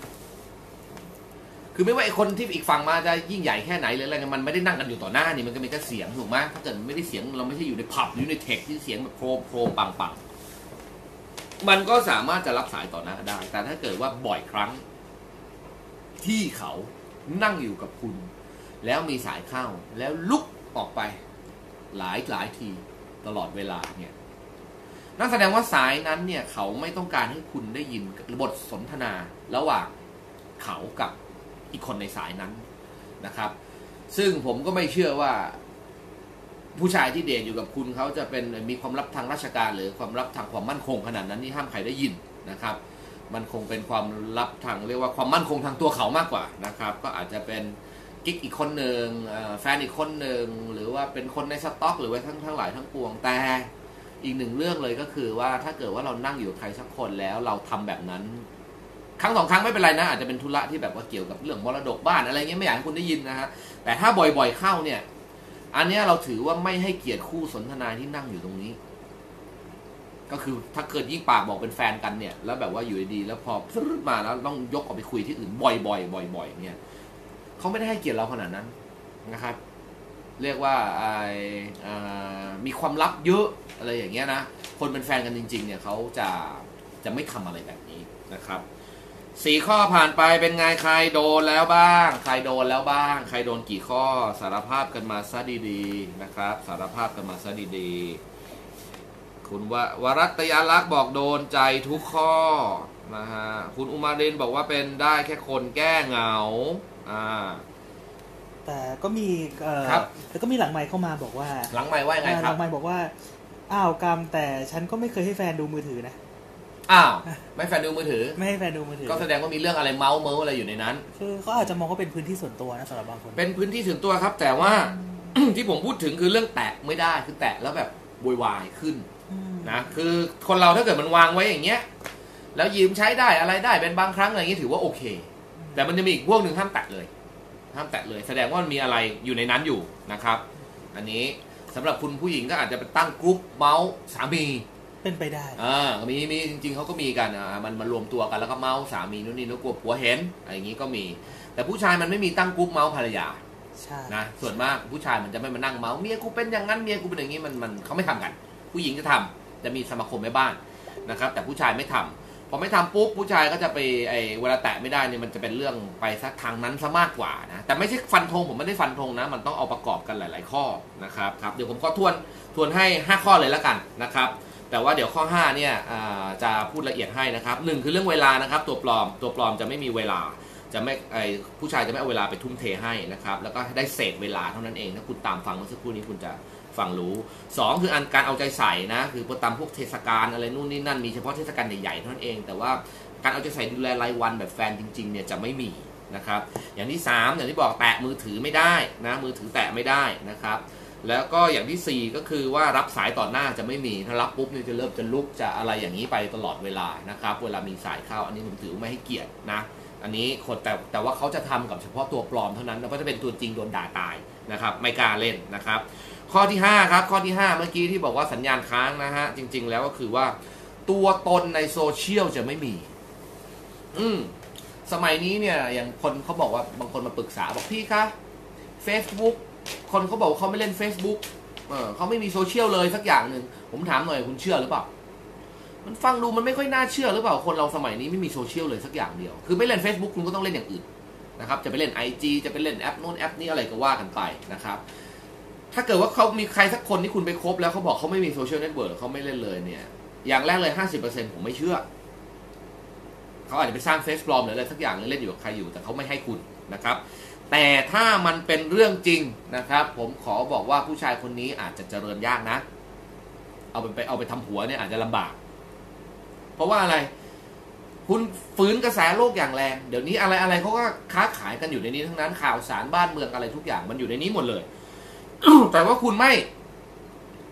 คือไม่ว่าไอ้คนที่อีกฝั่งมาจะยิ่งใหญ่แค่ไหนหรืออะไรมันไม่ได้นั่งกันอยู่ต่อหน้านี่มันก็มีแค่เสียงถูกไหมถ้าเกิดไม่ได้เสียงเราไม่ใช่อยู่ในผับอยู่ในเทคที่เสียงแบบโครมโครมปังปังมันก็สามารถจะรับสายต่อหน้าได้แต่ถ้าเกิดว่าบ่อยครั้งที่เขานั่งอยู่กับคุณแล้วมีสายเข้าแล้วลุกออกไปหลายหลายทีตลอดเวลาเนี่ยนั่นแสดงว่าสายนั้นเนี่ยเขาไม่ต้องการให้คุณได้ยินบทสนทนาระหว่างเขากับอีกคนในสายนั้นนะครับซึ่งผมก็ไม่เชื่อว่าผู้ชายที่เดทอยู่กับคุณเขาจะเป็นมีความลับทางราชการหรือความลับทางความมั่นคงขนาดนั้นที่ห้ามใครได้ยินนะครับมันคงเป็นความลับทางเรียกว่าความมั่นคงทางตัวเขามากกว่านะครับก็อาจจะเป็นกิ๊กอีกคนหนึ่งแฟนอีกคนหนึ่งหรือว่าเป็นคนในสต็อกหรือว่าทั้งทั้งหลายทั้งปวงแต่อีกหนึ่งเรื่องเลยก็คือว่าถ้าเกิดว่าเรานั่งอยู่กับใครสักคนแล้วเราทำแบบนั้นครั้งสองครั้งไม่เป็นไรนะอาจจะเป็นธุระที่แบบว่าเกี่ยวกับเรื่องมรดกบ้านอะไรเงี้ยไม่อยากให้คุณได้ยินนะฮะแต่ถ้าบ่อยๆเข้าเนี่ยอันนี้เราถือว่าไม่ให้เกียรติคู่สนทนาที่นั่งอยู่ตรงนี้ก็คือถ้าเกิดยิ่งปากบอกเป็นแฟนกันเนี่ยแล้วแบบว่าอยู่ดีๆแล้วพอพึ่งมาแล้วต้องยกออกไปคุยที่อื่นบ่อยๆบ่อยๆเนี่ยเขาไม่ได้ให้เกียรติเราขนาดนั้นนะครับเรียกว่าไอ้มีความลับเยอะอะไรอย่างเงี้ยนะคนเป็นแฟนกันจริงๆเนี่ยเขาจะจะไม่ทำอะไรแบบนี้นะครับสี่ข้อผ่านไปเป็นไงใครโดนแล้วบ้างใครโดนแล้วบ้างใครโดนกี่ข้อสารภาพกันมาซะดีๆนะครับสารภาพกันมาซะดีๆคุณววรัตยาลักษณ์บอกโดนใจทุกข้อนะฮะคุณอุมารินบอกว่าเป็นได้แค่คนแก้เหงาอ่าแต่ก็มีเอ่อแต่ก็มีหลังไมค์เข้ามาบอกว่าหลังไมค์ว่าไงครับหลังไมค์บอกว่าอ้าวกรรมแต่ฉันก็ไม่เคยให้แฟนดูมือถือนะอ้าวไม่แฟนดูมือถือไม่ให้แฟนดูมือถือก็แสดงว่ามีเรื่องอะไรเมาส์เมาส์อะไรอยู่ในนั้นคือเขาอาจจะมองว่าเป็นพื้นที่ส่วนตัวนะสำหรับบางคนเป็นพื้นที่ส่วนตัวครับแต่ว่า ที่ผมพูดถึงคือเรื่องแตะไม่ได้คือแตะแล้วแบบวุ่นวายขึ้นนะคือคนเราถ้าเกิดมันวางไว้อย่างเงี้ยแล้วยืมใช้ได้อะไรได้เป็นบางครั้งอะไรเงี้ยถือว่าโอเคแต่มันจะมีอีกพวกหนึ่งห้ามแตะเลยห้ามแตะเลยแสดงว่ามันมีอะไรอยู่ในนั้นอยู่นะครับอันนี้สำหรับคุณผู้หญิงก็อาจจะไปตั้งกรุ๊ปเมาส์สามีเป็นไปได้อ่ามีมีจริงๆเขาก็มีกันอ่ามันมารวมตัวกันแล้วก็เมาส์สามีนู่นนี่แล้วกลัวผัวเห็นอะไรอย่างงี้ก็มีแต่ผู้ชายมันไม่มีตั้งกรุ๊ปเมาส์ภรรยาใช่นะส่วนมากผู้ชายมันจะไม่มานั่งเมาส์เมียกูเป็นอย่างนั้นเมียกูเป็นอย่างนี้มันมันเขาไม่ทำกันผู้หญิงจะทำจะมีสมาคมแม่บ้านนะครับแต่ผู้ชายไม่ทำพอไม่ทำปุ๊บผู้ชายก็จะไปไอ้เวลาแตะไม่ได้เนี่ยมันจะเป็นเรื่องไปสักทางนั้นซะมากกว่านะแต่ไม่ใช่ฟันธงผมไม่ได้ฟันธงนะมันต้องเอาประกอบกันหลายๆข้อนะครับครับเดี๋ยวผมก็ทวนทวนให้ห้าข้อเลยแล้วกันนะครับแต่ว่าเดี๋ยวข้อห้าเนี่ยจะพูดละเอียดให้นะครับหนึ่งคือเรื่องเวลานะครับตัวปลอมตัวปลอมจะไม่มีเวลาจะไม่ไอผู้ชายจะไม่เอาเวลาไปทุ่มเทให้นะครับแล้วก็ได้เศษเวลาเท่านั้นเองถ้าคุณตามฟังเมื่อสักครู่นี้คุณจะฟังรู้สองคืออันการเอาใจใส่นะคือพอตามพวกเทศกาลอะไรนู่นนี่นั่นมีเฉพาะเทศกาลใหญ่ๆเท่านั้นเองแต่ว่าการเอาใจใส่ดูแลรายวันแบบแฟนจริงๆเนี่ยจะไม่มีนะครับอย่างที่สามอย่างที่บอกแตะมือถือไม่ได้นะมือถือแตะไม่ได้นะครับแล้วก็อย่างที่สี่ก็คือว่ารับสายต่อหน้าจะไม่มีถ้ารับปุ๊บเนี่ยจะเริ่มจะลุกจะอะไรอย่างนี้ไปตลอดเวลานะครับเวลามีสายเข้าอันนี้ผมถือไม่ให้เกียรตินะอันนี้คนแต่แต่ว่าเขาจะทำกับเฉพาะตัวปลอมเท่านั้นเพราะจะเป็นตัวจริงโดนด่าตายนะครับไม่กล้าเล่นนะครับข้อที่ห้าครับข้อที่ห้าเมื่อกี้ที่บอกว่าสัญญาณค้างนะฮะจริงๆแล้วก็คือว่าตัวตนในโซเชียลจะไม่มีอืมสมัยนี้เนี่ยอย่างคนเขาบอกว่าบางคนมาปรึกษาบอกพี่คะ Facebook คนเขาบอกเขาไม่เล่น Facebook เออเขาไม่มีโซเชียลเลยสักอย่างหนึ่งผมถามหน่อยคุณเชื่อหรือเปล่ามันฟังดูมันไม่ค่อยน่าเชื่อหรือเปล่าคนเราสมัยนี้ไม่มีโซเชียลเลยสักอย่างเดียวคือไม่เล่น Facebook คุณก็ต้องเล่นอย่างอื่นนะครับจะไปเล่น ไอ จี จะไปเล่นแอปโน้นแอปนี้อะไรก็ว่ากันไปนะครับถ้าเกิดว่าเขามีใครสักคนที่คุณไปคบแล้วเขาบอกเขาไม่มีโซเชียลเน็ตเวิร์กเขาไม่เล่นเลยเนี่ยอย่างแรกเลย ห้าสิบเปอร์เซ็นต์ ผมไม่เชื่อเขาอาจจะไปสร้างเฟซปลอมหรืออะไรสักอย่างเล่นอยู่กับใครอยู่แต่เขาไม่ให้คุณนะครับแต่ถ้ามันเป็นเรื่องจริงนะครับผมขอบอกว่าผู้ชายคนนี้อาจจะเจริญยากนะเอาไปเอาไปทำหัวเนี่ยอาจจะลำบากเพราะว่าอะไรคุณฝืนกระแสโลกอย่างแรงเดี๋ยวนี้อะไรอะไรเขาก็ค้าขายกันอยู่ในนี้ทั้งนั้นข่าวสารบ้านเมืองอะไรทุกอย่างมันอยู่ในนี้หมดเลย แต่ว่าคุณไม่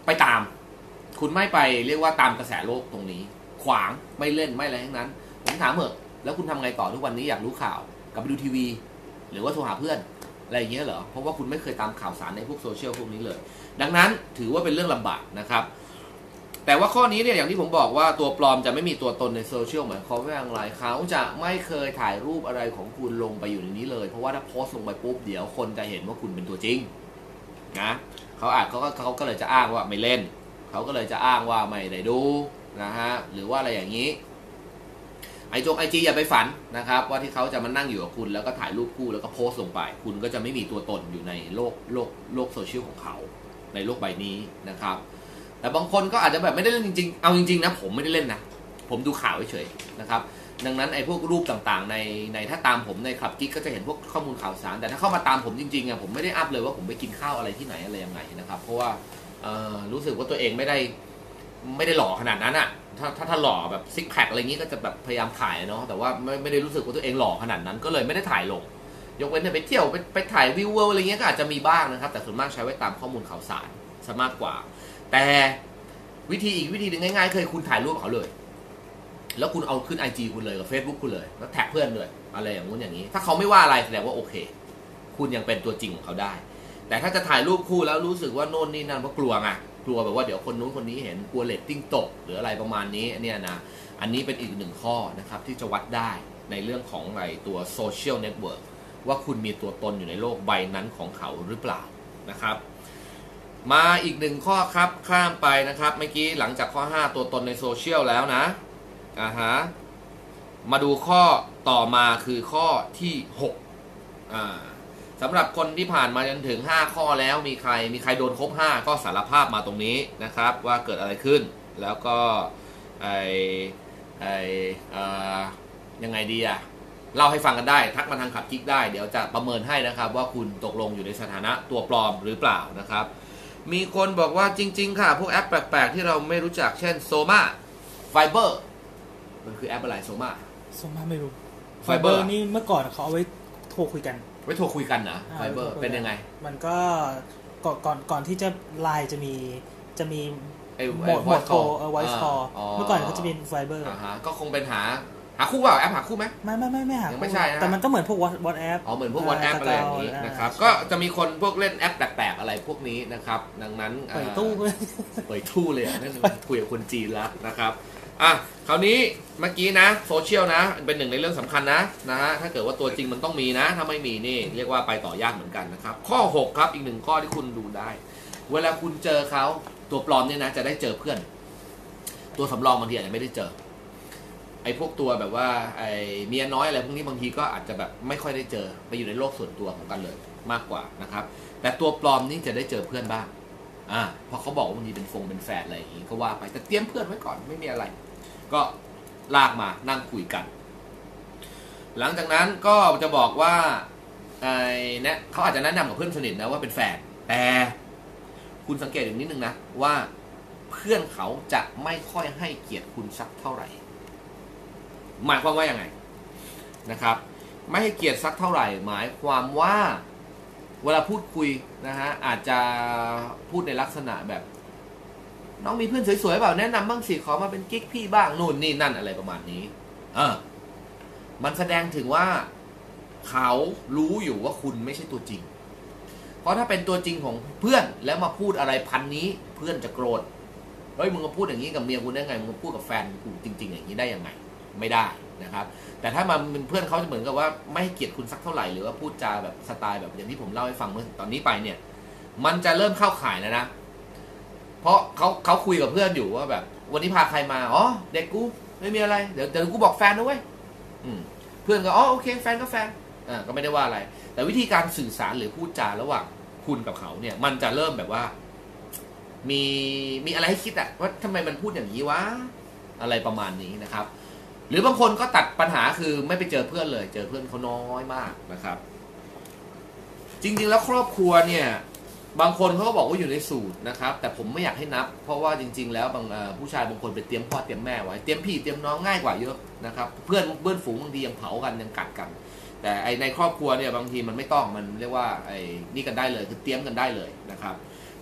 ไปตามคุณไม่ไปเรียกว่าตามกระแสโลกตรงนี้ขวางไม่เล่นไม่อะไรทั้งนั้นผมถามเถอะแล้วคุณทำไงต่อทุกวันนี้อยากรู้ข่าวกลับไปดูทีวีหรือว่าโทรหาเพื่อนอะไรอย่างเงี้ยเหรอเพราะว่าคุณไม่เคยตามข่าวสารในพวกโซเชียลพวกนี้เลยดังนั้นถือว่าเป็นเรื่องลำบากนะครับแต่ว่าข้อนี้เนี่ยอย่างที่ผมบอกว่าตัวปลอมจะไม่มีตัวตนในโซเชียลหมายความว่าอย่างไรเขาจะไม่เคยถ่ายรูปอะไรของคุณลงไปอยู่ในนี้เลยเพราะว่าถ้าโพสต์ลงไปปุ๊บเดี๋ยวคนจะเห็นว่าคุณเป็นตัวจริงนะเขาอาจเขาก็เขาก็เลยจะอ้างว่าไม่เล่นเขาก็เลยจะอ้างว่าไม่ได้ดูนะฮะหรือว่าอะไรอย่างนี้ไอจงไอจีอย่าไปฝันนะครับว่าที่เขาจะมานั่งอยู่กับคุณแล้วก็ถ่ายรูปคู่แล้วก็โพสต์ลงไปคุณก็จะไม่มีตัวตนอยู่ในโลกโลกโลกโซเชียลของเขาในโลกใบนี้นะครับแต่บางคนก็อาจจะแบบไม่ได้เล่นจริงๆเอาจริงๆนะผมไม่ได้เล่นนะผมดูข่าวเฉยๆนะครับดังนั้นไอ้พวกรูปต่างๆในในถ้าตามผมในคลับกิ๊กก็จะเห็นพวกข้อมูลข่าวสารแต่ถ้าเข้ามาตามผมจริงๆอ่ะผมไม่ได้อัพเลยว่าผมไปกินข้าวอะไรที่ไหนอะไรยังไงนะครับเพราะว่ารู้สึกว่าตัวเองไม่ได้ไม่ได้หล่อขนาดนั้นอ่ะถ้าถ้าถ้าหล่อแบบซิกแพคอะไรอย่างนี้ก็จะแบบพยายามถ่ายเนาะแต่ว่าไม่ไม่ได้รู้สึกว่าตัวเองหล่อขนาดนั้นก็เลยไม่ได้ถ่ายลงยกเว้นไปเที่ยวไปไปถ่ายวิวอะไรเงี้ยก็อาจจะมีบ้างนะครับแต่ส่วนมากใช้ไว้ตามข้อมูลข่าวสารซะมากกว่าแต่วิธีอีกวิธีหนึ่งง่ายๆเคยคุณถ่ายรูปเขาเลยแล้วคุณเอาขึ้น ไอ จี คุณเลยกับ Facebook คุณเลยแล้วแท็กเพื่อนเลยอะไรอย่างงู้นอย่างนี้ถ้าเขาไม่ว่าอะไรแสดงว่าโอเคคุณยังเป็นตัวจริงของเขาได้แต่ถ้าจะถ่ายรูปคู่แล้วรู้สึกว่าโน่นนี่นั่นเพราะกลัวไงกลัวแบบว่าเดี๋ยวคนนู้นคนนี้เห็นกลัวเรตติ้งตกหรืออะไรประมาณนี้เนี่ยนะอันนี้เป็นอีกหนึ่งข้อนะครับที่จะวัดได้ในเรื่องของไอ้ตัวโซเชียลเน็ตเวิร์กว่าคุณมีตัวตนอยู่ในโลกใบนั้นของเขาหรือเปล่านะครับมาอีกหนึ่งข้อครับข้ามไปนะครับเมื่อกี้หลังจากข้อห้าตัวตนในโซเชียลแล้วนะอ่าฮะมาดูข้อต่อมาคือข้อที่หกอ่าสำหรับคนที่ผ่านมาจนถึงห้าข้อแล้วมีใครมีใครโดนครบห้าก็สารภาพมาตรงนี้นะครับว่าเกิดอะไรขึ้นแล้วก็ไอไอเอ่อยังไงดีอะเล่าให้ฟังกันได้ทักมาทางขับกิ๊กได้เดี๋ยวจะประเมินให้นะครับว่าคุณตกลงอยู่ในสถานะตัวปลอมหรือเปล่านะครับมีคนบอกว่าจริงๆค่ะพวกแอปแปลกๆที่เราไม่รู้จักเช่นโซมาไฟเบอร์มันคือแอปอะไรโซมาโซมาไม่รู้ไฟเบอร์นี่เมื่อก่อนเขาเอาไว้โทรคุยกันไว้โทรคุยกันนะไฟเบอร์เป็นยังไงมันก็ก่อนก่อนก่อนที่จะไลน์จะมีจะมีโหมดโหมดโทรเออ voice call เมื่อก่อนเขาจะเป็นไฟเบอร์ก็คงเป็นหาหาคู่เปล่าแอปหาคู่ไหมไม่ไม่ไม่ไม่หาไม่ใช่นะแต่มันก็เหมือนพวก WhatsApp อ๋อเหมือนพวก WhatsApp อะไรอย่างนี้นะครับก็จะมีคนพวกเล่นแอปแปลกๆอะไรพวกนี้นะครับดังนั้นเปิดตู้เปิดตู้เลยนั่นคุยกับคนจีนแล้วนะครับอ่ะคราวนี้เมื่อกี้นะโซเชียลนะเป็นหนึ่งในเรื่องสำคัญนะนะฮะถ้าเกิดว่าตัวจริงมันต้องมีนะถ้าไม่มีนี่เรียกว่าไปต่อยากเหมือนกันนะครับข้อหกครับอีกหนึ่งข้อที่คุณดูได้เวลาคุณเจอเขาตัวปลอมเนี่ยนะจะได้เจอเพื่อนตัวสำรองบางทีอาจจะไม่ได้เจอไอ้พวกตัวแบบว่าไอ้เมียน้อยอะไรพวกนี้บางทีก็อาจจะแบบไม่ค่อยได้เจอไปอยู่ในโลกส่วนตัวของกันเลยมากกว่านะครับแต่ตัวปลอมนี่จะได้เจอเพื่อนบ้างอ่าเพราะเขาบอกว่าบางทีเป็นฟงเป็นแฟนอะไรอย่างงี้ก็ว่าไปแต่เตรียมเพื่อนไว้ก่อนไม่มีอะไรก็ลากมานั่งคุยกันหลังจากนั้นก็จะบอกว่าไอ้เนี่ยเขาอาจจะแนะนำกับเพื่อนสนิทนะว่าเป็นแฟนแต่คุณสังเกตอย่างนิดนึงนะว่าเพื่อนเขาจะไม่ค่อยให้เกียรติคุณสักเท่าไหร่หมายความว่ายังไงนะครับไม่ให้เกียรติสักเท่าไหร่หมายความว่าเวลาพูดคุยนะฮะอาจจะพูดในลักษณะแบบน้องมีเพื่อนสวยๆเปล่าแนะนำบ้างสิขอมาเป็นกิ๊กพี่บ้างนู่นนี่นั่นอะไรประมาณนี้เออมันแสดงถึงว่าเขารู้อยู่ว่าคุณไม่ใช่ตัวจริงเพราะถ้าเป็นตัวจริงของเพื่อนแล้วมาพูดอะไรพันนี้เพื่อนจะโกรธเฮ้ยมึงมาพูดอย่างนี้กับเมียกูได้ไงมึงมาพูดกับแฟนกูจริงๆอย่างนี้ได้ยังไงไม่ได้นะครับแต่ถ้ามาเป็นเพื่อนเขาจะเหมือนกับว่าไม่ให้เกียรติคุณสักเท่าไหร่หรือว่าพูดจาแบบสไตล์แบบอย่างที่ผมเล่าให้ฟังเมื่อตอนนี้ไปเนี่ยมันจะเริ่มเข้าข่ายแล้วนะเพราะเขาเขาคุยกับเพื่อนอยู่ว่าแบบวันนี้พาใครมาอ๋อเด็กกูไม่มีอะไรเดี๋ยวเดี๋ยวกูบอกแฟนนะเว้ยเพื่อนก็อ๋อโอเคแฟนก็แฟนอ่าก็ไม่ได้ว่าอะไรแต่วิธีการสื่อสารหรือพูดจาระหว่างคุณกับเขาเนี่ยมันจะเริ่มแบบว่ามีมีอะไรให้คิดอะว่าทำไมมันพูดอย่างนี้วะอะไรประมาณนี้นะครับหรือบางคนก็ตัดปัญหาคือไม่ไปเจอเพื่อนเลยเจอเพื่อนเขาน้อยมากนะครับจริงๆแล้วครอบครัวเนี่ยบางคนเขาก็บอกว่าอยู่ในสูตรนะครับแต่ผมไม่อยากให้นับเพราะว่าจริงๆแล้วบางผู้ชายบางคนไปเตรียมพ่อเตรียมแม่ไว้เตรียมพี่เตรียมน้องง่ายกว่าเยอะนะครับเพื่อนเพื่อนฝูงบางทียังเผากันยังกัดกันแต่ไอในครอบครัวเนี่ยบางทีมันไม่ต้องมันเรียกว่าไอ้นี่กันได้เลยคือเตรียมกันได้เลยนะครับ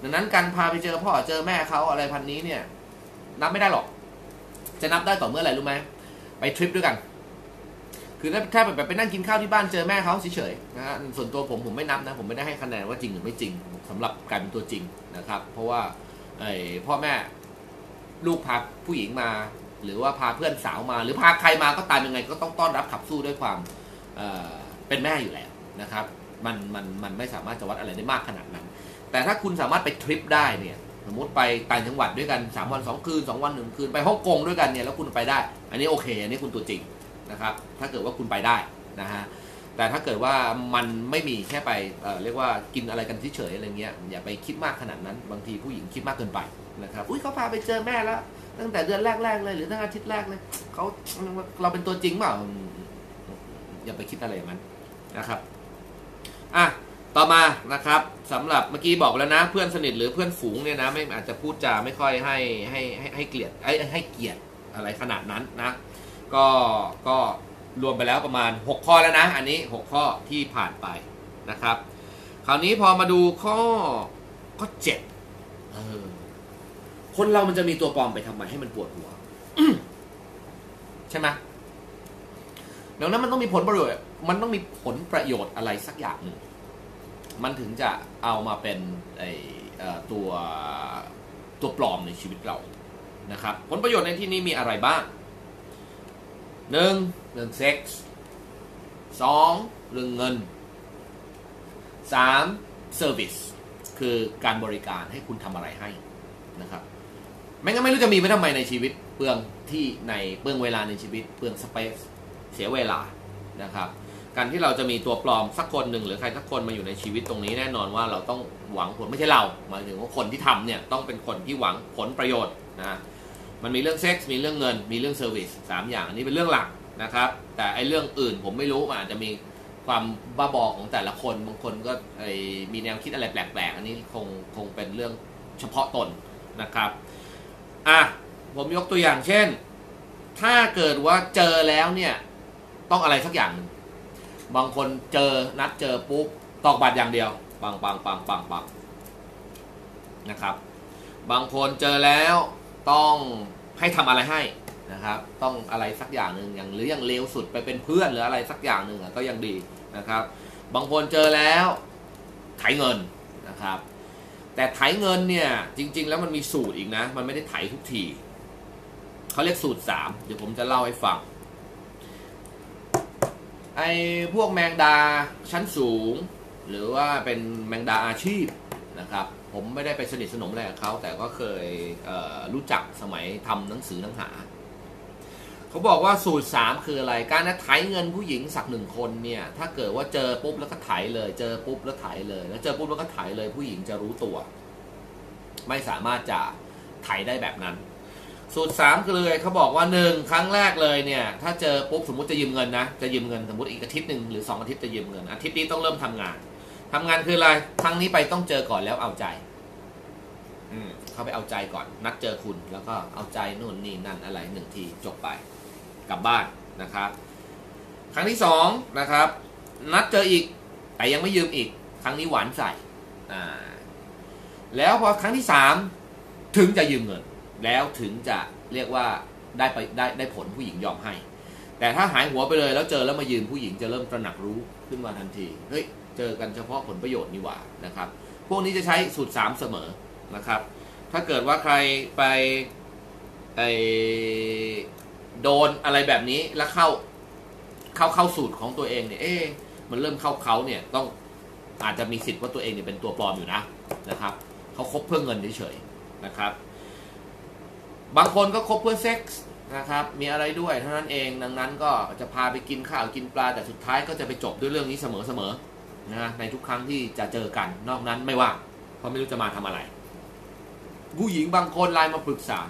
ดังนั้นการพาไปเจอพ่อเจอแม่เขาอะไรพันนี้เนี่ยนับไม่ได้หรอกจะนับได้ต่อเมื่อไหร่รู้ไหมไปทริปด้วยกันคือถ้าถ้าแบบไปนั่งกินข้าวที่บ้านเจอแม่เขาเฉยๆนะฮะส่วนตัวผมผมไม่นับนะผมไม่ได้ให้คะแนนว่าจริงหรือไม่จริงสำหรับการเป็นตัวจริงนะครับเพราะว่าไอ้พ่อแม่ลูกพาผู้หญิงมาหรือว่าพาเพื่อนสาวมาหรือพาใครมาก็ตามยังไงก็ต้องต้อนรับขับสู้ด้วยความเอ่อเป็นแม่อยู่แล้วนะครับมันมันมันไม่สามารถจะวัดอะไรได้มากขนาดนั้นแต่ถ้าคุณสามารถไปทริปได้เนี่ยสมมติไปต่างจังหวัดด้วยกันสามวันสองคืนสองวันหนึ่งคืนไปฮ่องกงด้วยกันเนี่ยแล้วคุณไปได้อันนี้โอเคอันนี้คุณตัวจริงนะครับถ้าเกิดว่าคุณไปได้นะฮะแต่ถ้าเกิดว่ามันไม่มีแค่ไป เอ่อ เรียกว่ากินอะไรกันเฉยๆอะไรเงี้ยอย่าไปคิดมากขนาดนั้นบางทีผู้หญิงคิดมากเกินไปนะครับอุ้ยเขาพาไปเจอแม่แล้วตั้งแต่เดือนแรกๆเลยหรือตั้งอาทิตย์แรกเลยเขาเราเป็นตัวจริงเปล่าอย่าไปคิดอะไรอย่างนั้นนะครับอ่ะต่อมานะครับสำหรับเมื่อกี้บอกแล้วนะเพื่อนสนิทหรือเพื่อนฝูงเนี่ยนะไม่อาจจะพูดจาไม่ค่อยให้ให้ให้ให้เกลียดให้ให้เกียรติอะไรขนาดนั้นนะก็ก็รวมไปแล้วประมาณหกข้อแล้วนะอันนี้หกข้อที่ผ่านไปนะครับคราวนี้พอมาดูข้อข้อเจ็ดเออคนเรามันจะมีตัวปลอมไปทำไมให้มันปวดหัว ใช่ไหมดังนั้นมันต้องมีผลประโยชน์มันต้องมีผลประโยชน์อะไรสักอย่างหนึ่งมันถึงจะเอามาเป็นไอตัวตัวปลอมในชีวิตเรานะครับผลประโยชน์ในที่นี้มีอะไรบ้างหนึ่งเรื่องเซ็กส์สองเรื่องเงินสามเซอร์วิสคือการบริการให้คุณทำอะไรให้นะครับไม่งั้นไม่รู้จะมีไว้ทำไมในชีวิตเปลืองที่ในเปลืองเวลาในชีวิตเปลืองสเปซเสียเวลานะครับการที่เราจะมีตัวปลอมสักคนหนึ่งหรือใครสักคนมาอยู่ในชีวิตตรงนี้แน่นอนว่าเราต้องหวังผลไม่ใช่เราหมายถึงว่าคนที่ทำเนี่ยต้องเป็นคนที่หวังผลประโยชน์นะมันมีเรื่องเซ็กส์มีเรื่องเงินมีเรื่องเซอร์วิสสามอย่างอันนี้เป็นเรื่องหลักนะครับแต่ไอ้เรื่องอื่นผมไม่รู้มันอาจจะมีความบ้าบอของแต่ละคนบางคนก็ไอ้มีแนวคิดอะไรแปลกๆอันนี้คงคงเป็นเรื่องเฉพาะตนนะครับอ่ะผมยกตัวอย่างเช่นถ้าเกิดว่าเจอแล้วเนี่ยต้องอะไรสักอย่างนึงบางคนเจอนัดเจอปุ๊บตอกบัตรอย่างเดียวปังปังปังปังปังนะครับบางคนเจอแล้วต้องให้ทำอะไรให้นะครับต้องอะไรสักอย่างหนึ่งอย่างหรืออย่างเลวสุดไปเป็นเพื่อนหรืออะไรสักอย่างหนึ่งก็ยังดีนะครับบางคนเจอแล้วไถเงินนะครับแต่ไถเงินเนี่ยจริงๆแล้วมันมีสูตรอีกนะมันไม่ได้ไถทุกทีเขาเรียกสูตรสามเดี๋ยวผมจะเล่าให้ฟังไอ้พวกแมงดาชั้นสูงหรือว่าเป็นแมงดาอาชีพนะครับผมไม่ได้ไปสนิทสนมอะไรกับเขาแต่ก็เคยเอ่อรู้จักสมัยทำหนังสือหนังหาเขาบอกว่าสูตรสามคืออะไรการจะไถเงินผู้หญิงสักหนึ่งคนเนี่ยถ้าเกิดว่าเจอปุ๊บแล้วก็ไถเลยเจอปุ๊บแล้วไถเลยแล้วเจอปุ๊บแล้วก็ไถเลยผู้หญิงจะรู้ตัวไม่สามารถจะไถได้แบบนั้นสูตรสามคือเลยเขาบอกว่าหนึ่งครั้งแรกเลยเนี่ยถ้าเจอปุ๊บสมมติจะยืมเงินนะจะยืมเงินสมมติอีกอาทิตย์หนึ่งหรือสองอาทิตย์จะยืมเงินอาทิตย์นี้ต้องเริ่มทำงานทำงานคืออะไรครั้งนี้ไปต้องเจอก่อนแล้วเอาใจอืมเขาไปเอาใจก่อนนัดเจอคุณแล้วก็เอาใจนู่นนี่นั่นอะไรหนึ่งทีจบไปกลับบ้านนะครับครั้งที่สองนะครับนัดเจออีกแต่ยังไม่ยืมอีกครั้งนี้หวานใส่อ่าแล้วพอครั้งที่สามถึงจะยืมเงินแล้วถึงจะเรียกว่าได้ไปได้ได้ผลผู้หญิงยอมให้แต่ถ้าหายหัวไปเลยแล้วเจอแล้วมายืมผู้หญิงจะเริ่มตระหนักรู้ขึ้นมาทันทีเฮ้ยเจอกันเฉพาะผลประโยชน์นี่หว่านะครับพวกนี้จะใช้สูตรสามเสมอนะครับถ้าเกิดว่าใครไปไอโดนอะไรแบบนี้แล้วเข้าเข้าเข้าสูตรของตัวเองเนี่ยเอ๊ะมันเริ่มเข้าเขาเนี่ยต้องอาจจะมีสิทธิ์ว่าตัวเองเนี่ยเป็นตัวปลอมอยู่นะนะครับเขาคบเพื่อเงินเฉยๆนะครับบางคนก็คบเพื่อเซ็กส์นะครับมีอะไรด้วยเท่านั้นเองดังนั้นก็จะพาไปกินข้าวกินปลาแต่สุดท้ายก็จะไปจบด้วยเรื่องนี้เสมอๆนะในทุกครั้งที่จะเจอกันนอกนั้นไม่ว่างเพราะไม่รู้จะมาทำอะไรผู้หญิงบางคนไลน์มาปรึกษา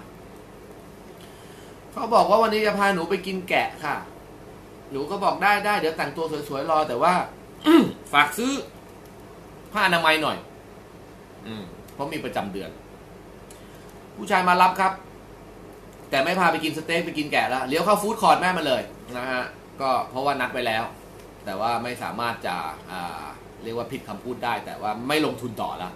เขาบอกว่าวันนี้จะพาหนูไปกินแกะค่ะหนูก็บอกได้ได้เดี๋ยวแต่งตัวสวยๆรอแต่ว่า ฝากซื้อผ้าอนามัยหน่อยอืมเพราะมีประจำเดือนผู้ชายมารับครับแต่ไม่พาไปกินสเต็กไปกินแกะแล้วเลี้ยวเข้าฟู้ดคอร์ทแม่มาเลยนะฮะก็เพราะว่านัดไปแล้วแต่ว่าไม่สามารถจะอ่าเรียกว่าผิดคำพูดได้แต่ว่าไม่ลงทุนต่อแล้ว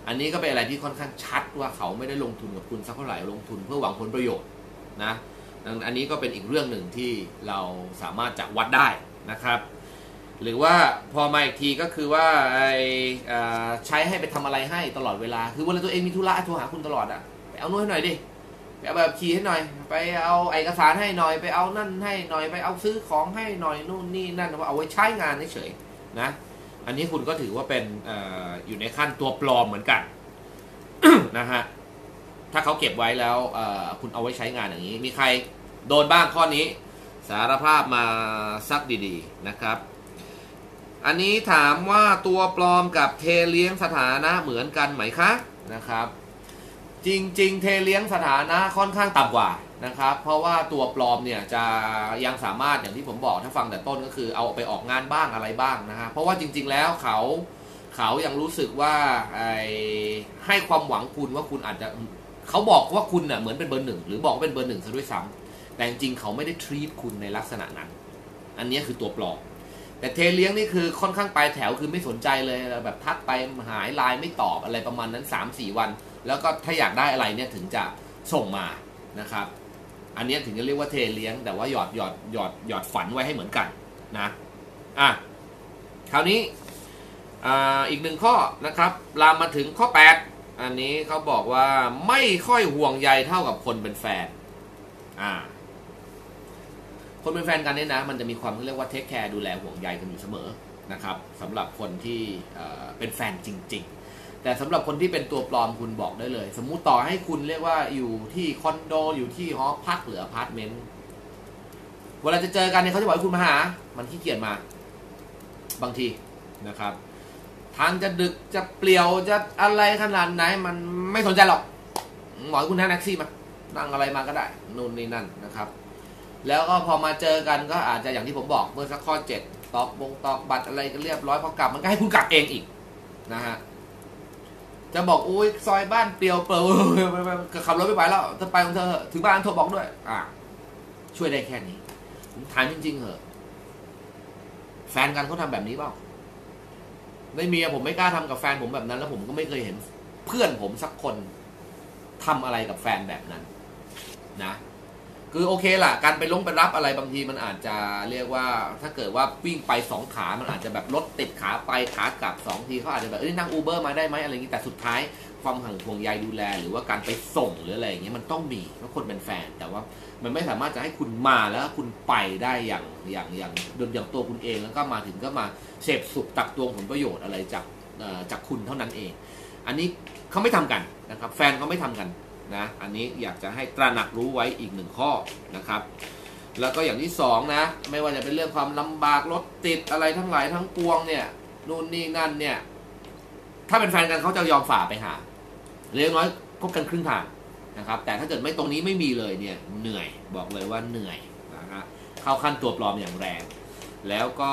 อันนี้ก็เป็นอะไรที่ค่อนข้างชัดว่าเขาไม่ได้ลงทุนกับคุณสักเท่าไหร่ลงทุนเพื่อหวังผลประโยชน์นะอันนี้ก็เป็นอีกเรื่องหนึ่งที่เราสามารถจะวัดได้นะครับหรือว่าพอมาอีกทีก็คือว่าใช้ให้ไปทำอะไรให้ตลอดเวลาคือเวลาตัวเองมีธุระโทรหาคุณตลอดอะไปเอานู่นให้หน่อยดิไปเอาแบบขี่ให้หน่อยไปเอาเอกสารให้หน่อยไปเอานั่นให้หน่อยไปเอาซื้อของให้หน่อยนู่นนี่นั่นว่าเอาไว้ใช้งานเฉยๆนะอันนี้คุณก็ถือว่าเป็น อ, อยู่ในขั้นตัวปลอมเหมือนกัน นะฮะถ้าเขาเก็บไว้แล้วคุณเอาไว้ใช้งานอย่างนี้มีใครโดนบ้างข้อนี้สารภาพมาซักดีๆนะครับอันนี้ถามว่าตัวปลอมกับเทเลี้ยงสถานะเหมือนกันไหมคะนะครับจริงๆเทเลี้ยงสถานะค่อนข้างต่ำกว่านะครับเพราะว่าตัวปลอมเนี่ยจะยังสามารถอย่างที่ผมบอกถ้าฟังแต่ต้นก็คือเอาไปออกงานบ้างอะไรบ้างนะฮะเพราะว่าจริงๆแล้วเขาเขายังรู้สึกว่าให้ความหวังคุณว่าคุณอาจจะเขาบอกว่าคุณเน่ยเหมือนเป็นเบอร์หนึ่งหรือบอกว่าเป็นเบอร์หนึ่งซะด้วยซ้ำแต่จริงๆเขาไม่ได้ treat คุณในลักษณะนั้นอันนี้คือตัวปลอมแต่เทเลี้ยงนี่คือค่อนข้างปลายแถวคือไม่สนใจเลยแบบทักไปหายไลน์ไม่ตอบอะไรประมาณนั้น สามสี่ วันแล้วก็ถ้าอยากได้อะไรเนี่ยถึงจะส่งมานะครับอันนี้ถึงจะเรียกว่าเทเลี้ยงแต่ว่าหยอดหยอดหยอดหยอดฝันไว้ให้เหมือนกันนะอ่ะคราวนี้อ่าอีกหนึ่งข้อนะครับลามมาถึงข้อแปดอันนี้เขาบอกว่าไม่ค่อยห่วงใยเท่ากับคนเป็นแฟนอ่าคนเป็นแฟนกันเนี่ยนะมันจะมีความเรียกว่าเทคแคร์ดูแลห่วงใยกันอยู่เสมอนะครับสำหรับคนที่เป็นแฟนจริงๆแต่สำหรับคนที่เป็นตัวปลอมคุณบอกได้เลยสมมุติต่อให้คุณเรียกว่าอยู่ที่คอนโดอยู่ที่หอพักหรืออพาร์ตเมนต์เวลาจะเจอกันเนี่ยเขาจะบอกให้คุณมาหามันขี้เกียจมาบางทีนะครับทางจะดึกจะเปลี่ยวจะอะไรขนาดไหนมันไม่สนใจหรอกหมอคุณนั่งแท็กซี่มานั่งอะไรมาก็ได้นู่นนี่นั่นนะครับแล้วก็พอมาเจอกันก็อาจจะอย่างที่ผมบอกเมื่อสักข้อเจ็ดตอกบงตอกบัตรอะไรก็เรียบร้อยพอกลับมันก็ให้คุณกลับเองอีกนะฮะจะบอกอุ้ยซอยบ้านเปลี่ยวเปล่าขับรถไม่ไหวแล้วจะไปของเธอถึงบ้านโทรบอกด้วยอ่ะช่วยได้แค่นี้ผมถามจริงๆเหอะแฟนกันเขาทำแบบนี้เปล่าไม่มีผมไม่กล้าทำกับแฟนผมแบบนั้นแล้วผมก็ไม่เคยเห็นเพื่อนผมสักคนทำอะไรกับแฟนแบบนั้นนะคือโอเคล่ะการไปลงไปรับอะไรบางทีมันอาจจะเรียกว่าถ้าเกิดว่าวิ่งไปสองขามันอาจจะแบบรถติดขาไปขากลับสองทีเขาอาจจะแบบเอ้ยนั่งอูเบอร์มาได้ไหมอะไรอย่างนี้แต่สุดท้ายความห่วงใยดูแลหรือว่าการไปส่งหรืออะไรอย่างเงี้ยมันต้องมีเพราะคนเป็นแฟนแต่ว่ามันไม่สามารถจะให้คุณมาแล้วคุณไปได้อย่างอย่างอย่างโดยอย่างตัวคุณเองแล้วก็มาถึงก็มาเสพสุขตักตวงผลประโยชน์อะไรจากจากคุณเท่านั้นเองอันนี้เขาไม่ทำกันนะครับแฟนเขาไม่ทำกันนะอันนี้อยากจะให้ตระหนักรู้ไว้อีกหนึ่งข้อนะครับแล้วก็อย่างที่สองนะไม่ว่าจะเป็นเรื่องความลำบากรถติดอะไรทั้งหลายทั้งปวงเนี่ยนู่นนี่นั่นเนี่ยถ้าเป็นแฟนกันเขาจะยอมฝ่าไปหาเล็กน้อยคบกันครึ่งทางนะครับแต่ถ้าเกิดไม่ตรงนี้ไม่มีเลยเนี่ยเหนื่อยบอกเลยว่าเหนื่อยนะฮะเข้าขั้นตัวปลอมอย่างแรงแล้วก็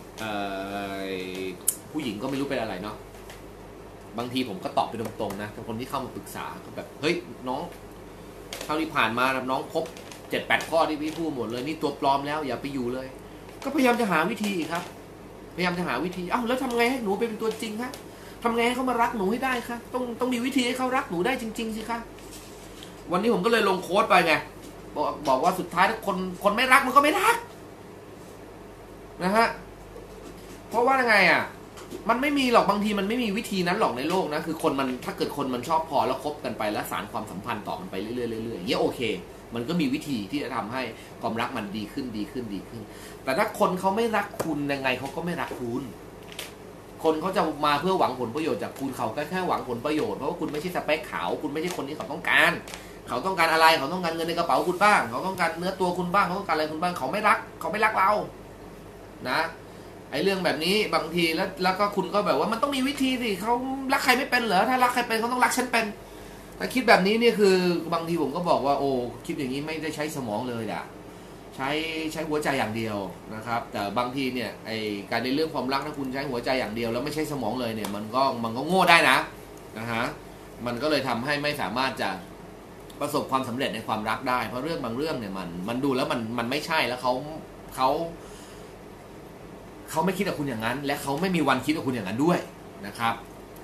ผู้หญิงก็ไม่รู้เป็นอะไรเนาะบางทีผมก็ตอบไปตรงๆนะคนที่เข้ามาปรึกษาก็แบบเฮ้ยน้องเท่าที่ผ่านมาน้องครบเจ็ดแปดข้อที่พี่พูดหมดเลยนี่ตัวปลอมแล้วอย่าไปอยู่เลยก็พยายามจะหาวิธีครับพยายามจะหาวิธีเอ้าแล้วทำไงให้หนูเป็นตัวจริงคะทำไงให้เขามารักหนูให้ได้คะต้องต้องมีวิธีให้เขารักหนูได้จริงๆสิคะวันนี้ผมก็เลยลงโค้ดไปไงบอกบอกว่าสุดท้ายถ้าคนคนไม่รักมันก็ไม่รักนะฮะเพราะว่ายังไงอ่ะมันไม่มีหรอกบางทีมันไม่มีวิธีนั้นหรอกในโลกนะคือคนมันถ้าเกิดคนมันชอบพอแล้วคบกันไปแล้วสานความสัมพันธ์ต่อกันไปเรื่อยๆเรื่อยๆอย่างเงี้ยโอเคมันก็มีวิธีที่จะทำให้ความรักมันดีขึ้นดีขึ้นดีขึ้นแต่ถ้าคนเขาไม่รักคุณยังไงเขาก็ไม่รักคุณคนเขาจะมาเพื่อหวังผลประโยชน์จากคุณเขาแค่หวังผลประโยชน์เพราะว่าคุณไม่ใช่สเปคเขาคุณไม่ใช่คนที่เขาต้องการเขาต้องการอะไรเขาต้องการเงินในกระเป๋าคุณบ้างเขาต้องการเนื้อตัวคุณบ้างเขาต้องการอะไรคุณบ้างเขาไม่รักเขาไม่รักเรานะไอ้เรื่องแบบนี้บางทีแล้วแล้วก็คุณก็แบบว่ามันต้องมีวิธีสิเขารักใครไม่เป็นเหรอถ้ารักใครเป็นเขาต้องรักฉันเป็นถ้าคิดแบบนี้เนี่ยคือบางทีผมก็บอกว่าโอ้คิดอย่างนี้ไม่ได้ใช้สมองเลยอ่ะใช้ใช้หัวใจอย่างเดียวนะครับแต่บางทีเนี่ยไอ้การในเรื่องความรักถ้าคุณใช้หัวใจอย่างเดียวแล้วไม่ใช้สมองเลยเนี่ยมันก็มันก็โง่ได้นะนะฮะมันก็เลยทำให้ไม่สามารถจะประสบความสำเร็จในความรักได้เพราะเรื่องบางเรื่องเนี่ยมันมันดูแล้วมันมันไม่ใช่แล้วเขาเขาเขาไม่คิดกับคุณอย่างนั้นและเขาไม่มีวันคิดกับคุณอย่างนั้นด้วยนะครับ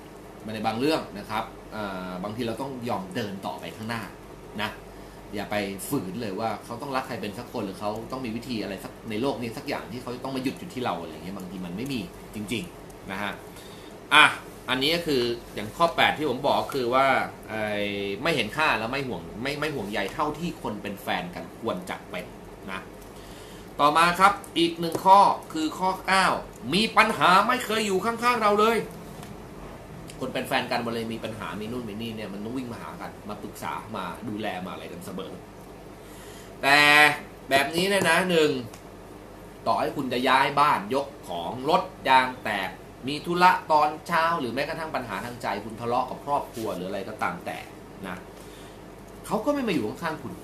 ในบางเรื่องนะครับบางทีเราต้องยอมเดินต่อไปข้างหน้านะอย่าไปฝืนเลยว่าเขาต้องรักใครเป็นสักคนหรือเขาต้องมีวิธีอะไรสักในโลกนี้สักอย่างที่เขาต้องมาหยุดอยู่ที่เราอะไรอย่างเงี้ยบางทีมันไม่มีจริงๆนะฮะอ่ะอันนี้ก็คืออย่างข้อแปดที่ผมบอกคือว่าไม่เห็นค่าแล้วไม่ห่วงไม่ไม่ห่วงใยเท่าที่คนเป็นแฟนกันควรจะเป็นนะต่อมาครับอีกหนึ่งข้อคือข้อเก้ามีปัญหาไม่เคยอยู่ข้างๆเราเลยคนเป็นแฟนกันมาเลยมีปัญหามีนู่นมีนี่เนี่ยมันต้องวิ่งมาหากันมาปรึกษามาดูแลมาอะไรกันเสมอแต่แบบนี้เนี่ยนะหนึ่งต่อให้คุณจะย้ายบ้านยกของรถยางแตกมีธุระตอนเช้าหรือแม้กระทั่งปัญหาทางใจคุณทะเลาะกับครอบครัวหรืออะไรก็ตามแต่นะเขาก็ไม่มาอยู่ข้างๆคุณ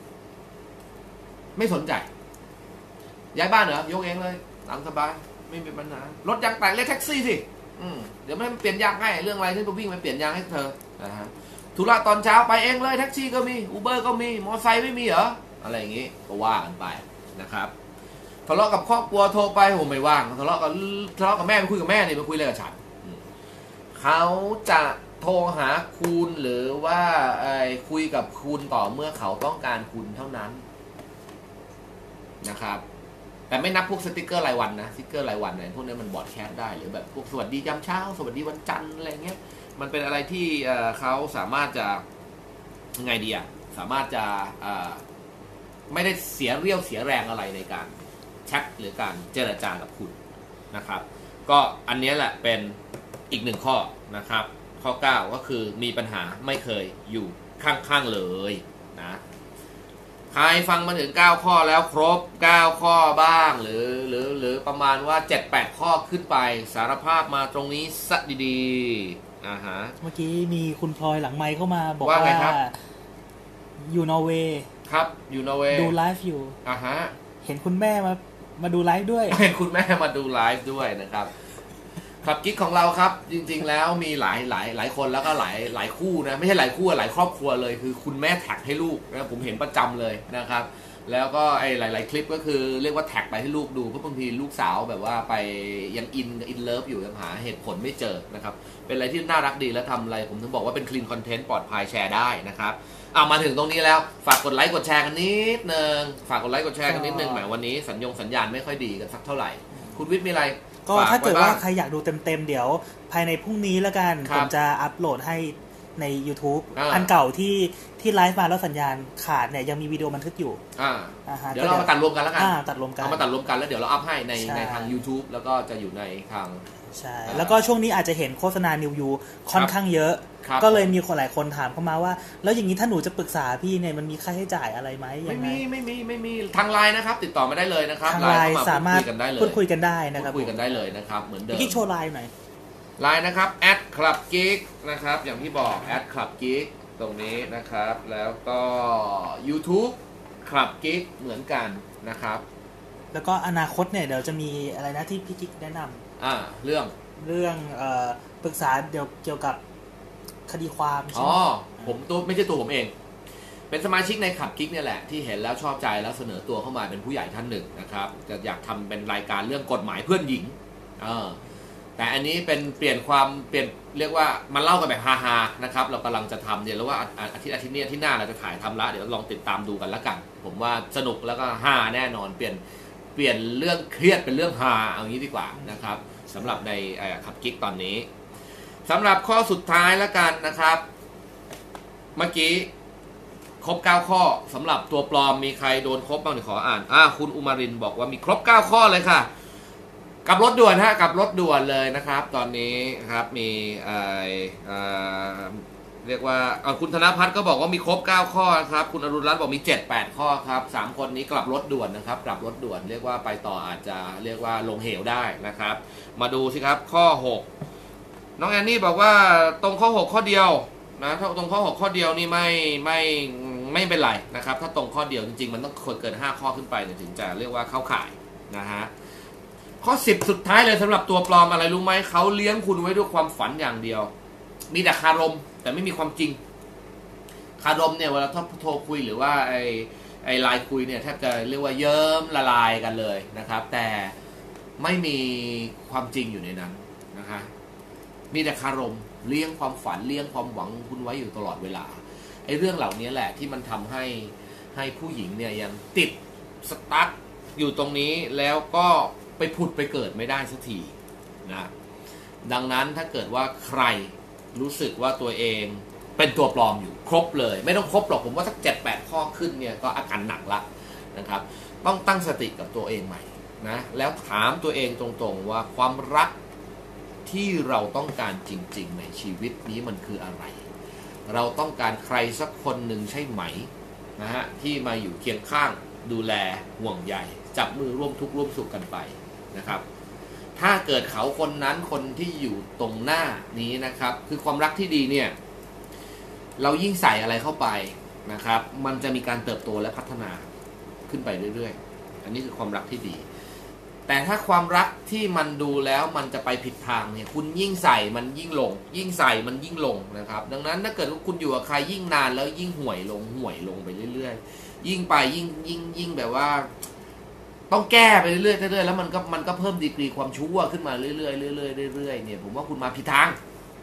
ไม่สนใจย้ายบ้านเหรอยกเองเลยตามสบายไม่มีปัญหารถยางแตกเรียกแท็กซี่สิอืมเดี๋ยวไม่เปลี่ยนยางให้เรื่องอะไรที่ไปวิ่งไปเปลี่ยนยางให้เธอนะฮะธุระตอนเช้าไปเองเลยแท็กซี่ก็มีอูเบอร์ก็มีมอเตอร์ไซค์ไม่มีเหรออะไรอย่างงี้ก็ว่ากันไปนะครับทะเลาะกับครอบครัวโทรไปผมไม่ว่างทะเลาะกับทะเลาะกับแม่ไปคุยกับแม่นี่ไปคุยอะไรกับฉันเขาจะโทรหาคุณหรือว่าไอ้คุยกับคุณต่อเมื่อเขาต้องการคุณเท่านั้นนะครับแต่ไม่นับพวกสติกเกอร์รายวันนะสติกเกอร์รายวันเนี่ยพวกนี้มันบอดแคสได้หรือแบบพวกสวัสดียามเช้าสวัสดีวันจันทร์อะไรเงี้ยมันเป็นอะไรที่เขาสามารถจะยังไงดีอะสามารถจะไม่ได้เสียเรี่ยวเสียแรงอะไรในการแชทหรือการเจรจากับคุณนะครับก็อันนี้แหละเป็นอีกหนึ่งข้อนะครับข้อเก้าก็คือมีปัญหาไม่เคยอยู่ข้างๆเลยนะใครฟังมาถึงเก้าข้อแล้วครบเก้าข้อบ้างหรือหรือหรือประมาณว่า เจ็ดแปด ข้อขึ้นไปสารภาพมาตรงนี้ซะดีๆอ่าฮะเมื่อกี้มีคุณพลอยหลังไมค์เข้ามาบอกว่าว่าอยู่นอร์เวย์ครับอยู่นอร์เวย์ดูไลฟ์อยู่อ่าฮะเห็นคุณแม่มามาดูไลฟ์ด้วยเห็นคุณแม่มาดูไลฟ์ด้วยนะครับครับกิ๊กของเราครับจริงๆแล้วมีหลายหลายหลายคนแล้วก็หลายหลายคู่นะไม่ใช่หลายคู่หลายครอบครัวเลยคือคุณแม่แท็กให้ลูกนะผมเห็นประจำเลยนะครับแล้วก็ไอ้หลายๆคลิปก็คือเรียกว่าแท็กไปให้ลูกดูเพราะบางทีลูกสาวแบบว่าไปยังอินอินเลิฟอยู่ยังหาเหตุผลไม่เจอนะครับเป็นอะไรที่น่ารักดีและทำอะไรผมถึงบอกว่าเป็นคลีนคอนเทนต์ปลอดภัยแชร์ได้นะครับเอามาถึงตรงนี้แล้วฝากกดไลค์กดแชร์กันนิดนึงฝากกดไลค์กดแชร์กันนิดนึงแหมวันนี้สัญญงสัญญาณไม่ค่อยดีกันสักเท่าไหร่คุณวิทย์มีอะไรก็ถ้าเกิดว่าใครอยากดูเต็มๆเดี๋ยวภายในพรุ่งนี้แล้วกันผมจะอัปโหลดให้ใน YouTube อันเก่าที่ที่ไลฟ์มาแล้วสัญญาณขาดเนี่ยยังมีวิดีโอบันทึกอยู่เดี๋ยวเรามาตัดรวมกันแล้วกันตัดรวมกันเอามาตัดรวมกันแล้วเดี๋ยวเราอัพให้ในในทาง YouTube แล้วก็จะอยู่ในทางใช่แล้วก็ช่วงนี้อาจจะเห็นโฆษณา New You ค่อนข้างเยอะก็เลยมีคนหลายคนถามเข้ามาว่าแล้วอย่างนี้ถ้าหนูจะปรึกษาพี่เนี่ยมันมีค่าใช้จ่ายอะไรไหมไม่มีไม่มีไม่มีทางไลน์นะครับติดต่อมาได้เลยนะครับทางไลน์สามารถพูดคุยกันได้นะครับพูดคุยกันได้เลยนะครับเหมือนเดิมพี่โชว์ไลน์หน่อยไลน์นะครับ แอท คลับ กิ๊ก นะครับอย่างที่บอก แอท คลับ กิ๊ก ตรงนี้นะครับแล้วก็ YouTube คลับ กิ๊ก เหมือนกันนะครับแล้วก็อนาคตเนี่ยเดี๋ยวจะมีอะไรนะที่พี่กิ๊กแนะนำอ่าเรื่องเรื่องเอ่อปรึกษาเดี๋ยวเกี่ยวกับคดีความอ๋อผมตัวไม่ใช่ตัวผมเองเป็นสมาชิกในขับกิ๊กเนี่ยแหละที่เห็นแล้วชอบใจแล้วเสนอตัวเข้ามาเป็นผู้ใหญ่ท่านหนึ่งนะครับจะอยากทำเป็นรายการเรื่องกฎหมายเพื่อนหญิงเออแต่อันนี้เป็นเปลี่ยนความเปลี่ยนเรียกว่ามันเล่ากันแบบฮาๆนะครับเรากำลังจะทำเดี๋ยวแล้วว่าอาทิตย์อาทิตย์นี้ที่หน้าเราจะถ่ายทำละเดี๋ยวลองติดตามดูกันละกันผมว่าสนุกแล้วก็ฮาแน่นอนเปลี่ยนเปลี่ยนเรื่องเครียดเป็นเรื่องฮาเอางี้ดีกว่านะครับสำหรับในขับกิ๊กตอนนี้สำหรับข้อสุดท้ายแล้วกันนะครับเมื่อกี้ครบเก้าข้อสำหรับตัวปลอมมีใครโดนครบบ้างเดี๋ยวขออ่านอ่าคุณอุมารินบอกว่ามีครบเก้าข้อเลยค่ะกับรถด่วนฮะกับรถด่วนเลยนะครับตอนนี้ครับมีเอ่อเรียกว่าคุณธนพัฒน์ก็บอกว่ามีครบเก้าข้อครับคุณอรุณรัตน์บอกมี เจ็ดแปด ข้อครับสามคนนี้กลับรถด่วนนะครับกลับรถด่วนเรียกว่าไปต่ออาจจะเรียกว่าลงเหวได้นะครับมาดูสิครับข้อหกน้องแอนนี่บอกว่าตรงข้อหกข้อเดียวนะถ้าตรงข้อหกข้อเดียวนี่ไม่ไม่ไม่เป็นไรนะครับถ้าตรงข้อเดียวจริงๆมันต้องเกินห้าข้อขึ้นไปถึงจะเรียกว่าเข้าข่ายนะฮะข้อสิบสุดท้ายเลยสำหรับตัวปลอมอะไรรู้ไหมเขาเลี้ยงคุณไว้ด้วยความฝันอย่างเดียวมีแต่คารมแต่ไม่มีความจริงคารมเนี่ยเวลาโทรคุยหรือว่าไอไอไลน์คุยเนี่ยแทบจะเรียกว่าเยิ้มละลายกันเลยนะครับแต่ไม่มีความจริงอยู่ในนั้นนะฮะมีแต่คารมเลี้ยงความฝันเลี้ยงความหวังคุณไว้อยู่ตลอดเวลาไอ้เรื่องเหล่านี้แหละที่มันทำให้ให้ผู้หญิงเนี่ยยังติดสตั๊กอยู่ตรงนี้แล้วก็ไปผุดไปเกิดไม่ได้สักทีนะดังนั้นถ้าเกิดว่าใครรู้สึกว่าตัวเองเป็นตัวปลอมอยู่ครบเลยไม่ต้องครบหรอกผมว่าสักเจ็ดแปดข้อขึ้นเนี่ยก็อาการหนักละนะครับต้องตั้งสติกับตัวเองใหม่นะแล้วถามตัวเองตรงๆว่าความรักที่เราต้องการจริงๆในชีวิตนี้มันคืออะไรเราต้องการใครสักคนหนึ่งใช่ไหมนะฮะที่มาอยู่เคียงข้างดูแลห่วงใยจับมือร่วมทุกข์ร่วมสุขกันไปนะครับถ้าเกิดเขาคนนั้นคนที่อยู่ตรงหน้านี้นะครับคือความรักที่ดีเนี่ยเรายิ่งใส่อะไรเข้าไปนะครับมันจะมีการเติบโตและพัฒนาขึ้นไปเรื่อยๆอันนี้คือความรักที่ดีแต่ถ้าความรักที่มันดูแล้วมันจะไปผิดทางเนี่ยคุณยิ่งใส่มันยิ่งลงยิ่งใส่มันยิ่งลงนะครับดังนั้นถ้าเกิดว่าคุณอยู่กับใครยิ่งนานแล้วยิ่งห่วยลงห่วยลงไปเรื่อยๆยิ่งไปยิ่งยิ่งยิ่งแบบว่าต้องแก้ไปเรื่อยๆเรื่อยๆแล้วมันก็มันก็เพิ่มดีกรีความชั่วขึ้นมาเรื่อยๆเรื่อยๆเรื่อยๆเนี่ยผมว่าคุณมาผิดทาง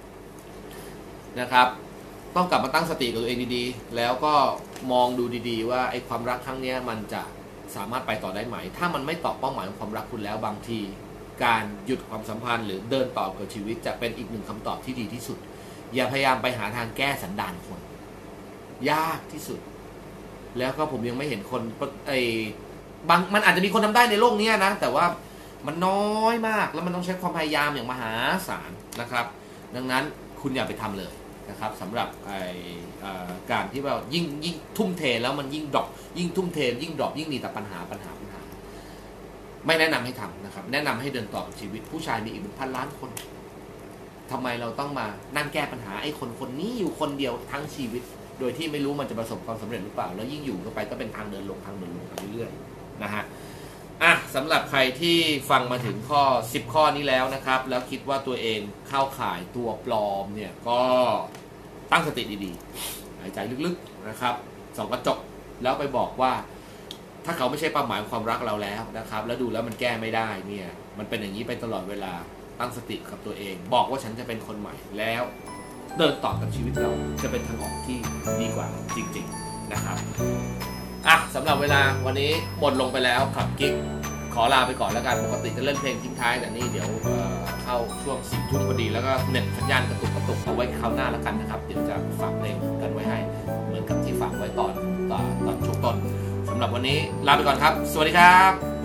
นะครับต้องกลับมาตั้งสติกับตัวเองดีๆแล้วก็มองดูดีๆว่าไอ้ความรักครั้งนี้มันจะสามารถไปต่อได้ไหมถ้ามันไม่ตอบเป้าหมายของความรักคุณแล้วบางทีการหยุดความสัมพันธ์หรือเดินต่อกับชีวิตจะเป็นอีกหนึ่งคำตอบที่ดีที่สุดอย่าพยายามไปหาทางแก้สันดานคนยากที่สุดแล้วก็ผมยังไม่เห็นคนไอ้บางมันอาจจะมีคนทำได้ในโลกนี้นะแต่ว่ามันน้อยมากแล้วมันต้องใช้ความพยายามอย่างมหาศาลนะครับดังนั้นคุณอย่าไปทำเลยนะครับสำหรับไอ้การที่ว่ายิ่งยิ่งทุ่มเทแล้วมันยิ่งดรอปยิ่งทุ่มเทยิ่งดรอปยิ่งมีแต่ปัญหาปัญหาปัญหาไม่แนะนำให้ทำนะครับแนะนำให้เดินต่อกับชีวิตผู้ชายมีอีกเป็นพันล้านคนทำไมเราต้องมานั่งแก้ปัญหาไอ้คนคนนี้อยู่คนเดียวทั้งชีวิตโดยที่ไม่รู้มันจะประสบความสำเร็จหรือเปล่าแล้วยิ่งอยู่เข้าไปก็เป็นทางเดินลงทางเดินลงไปเรื่อยๆนะฮะอ่ะสำหรับใครที่ฟังมาถึงข้อสิบข้อนี้แล้วนะครับแล้วคิดว่าตัวเองเข้าข่ายตัวปลอมเนี่ยก็ตั้งสติดีๆหายใจลึกๆนะครับส่องกระจกแล้วไปบอกว่าถ้าเขาไม่ใช่เป้าหมายของความรักเราแล้วนะครับแล้วดูแล้วมันแก้ไม่ได้เนี่ยมันเป็นอย่างนี้ไปตลอดเวลาตั้งสติกับตัวเองบอกว่าฉันจะเป็นคนใหม่แล้วเดินต่อกับชีวิตเราจะเป็นทางออกที่ดีกว่าจริงๆนะครับอ่ะสำหรับเวลาวันนี้หมดลงไปแล้วขับกิ๊กขอลาไปก่อนแล้วกันปกติจะเล่นเพลงทิ้งท้ายแต่นี่เดี๋ยว เ, เข้าช่วงสี่ทุ่มพอดีแล้วก็เน็ตสัญญาณกระตุกกระตุกเอาไว้คราวหน้าแล้วกันนะครับเดี๋ยวจะฝากเพลงกันไว้ให้เหมือนกับที่ฝากไว้ตอนตอนตอนช่วงต้นสำหรับวันนี้ลาไปก่อนครับสวัสดีครับ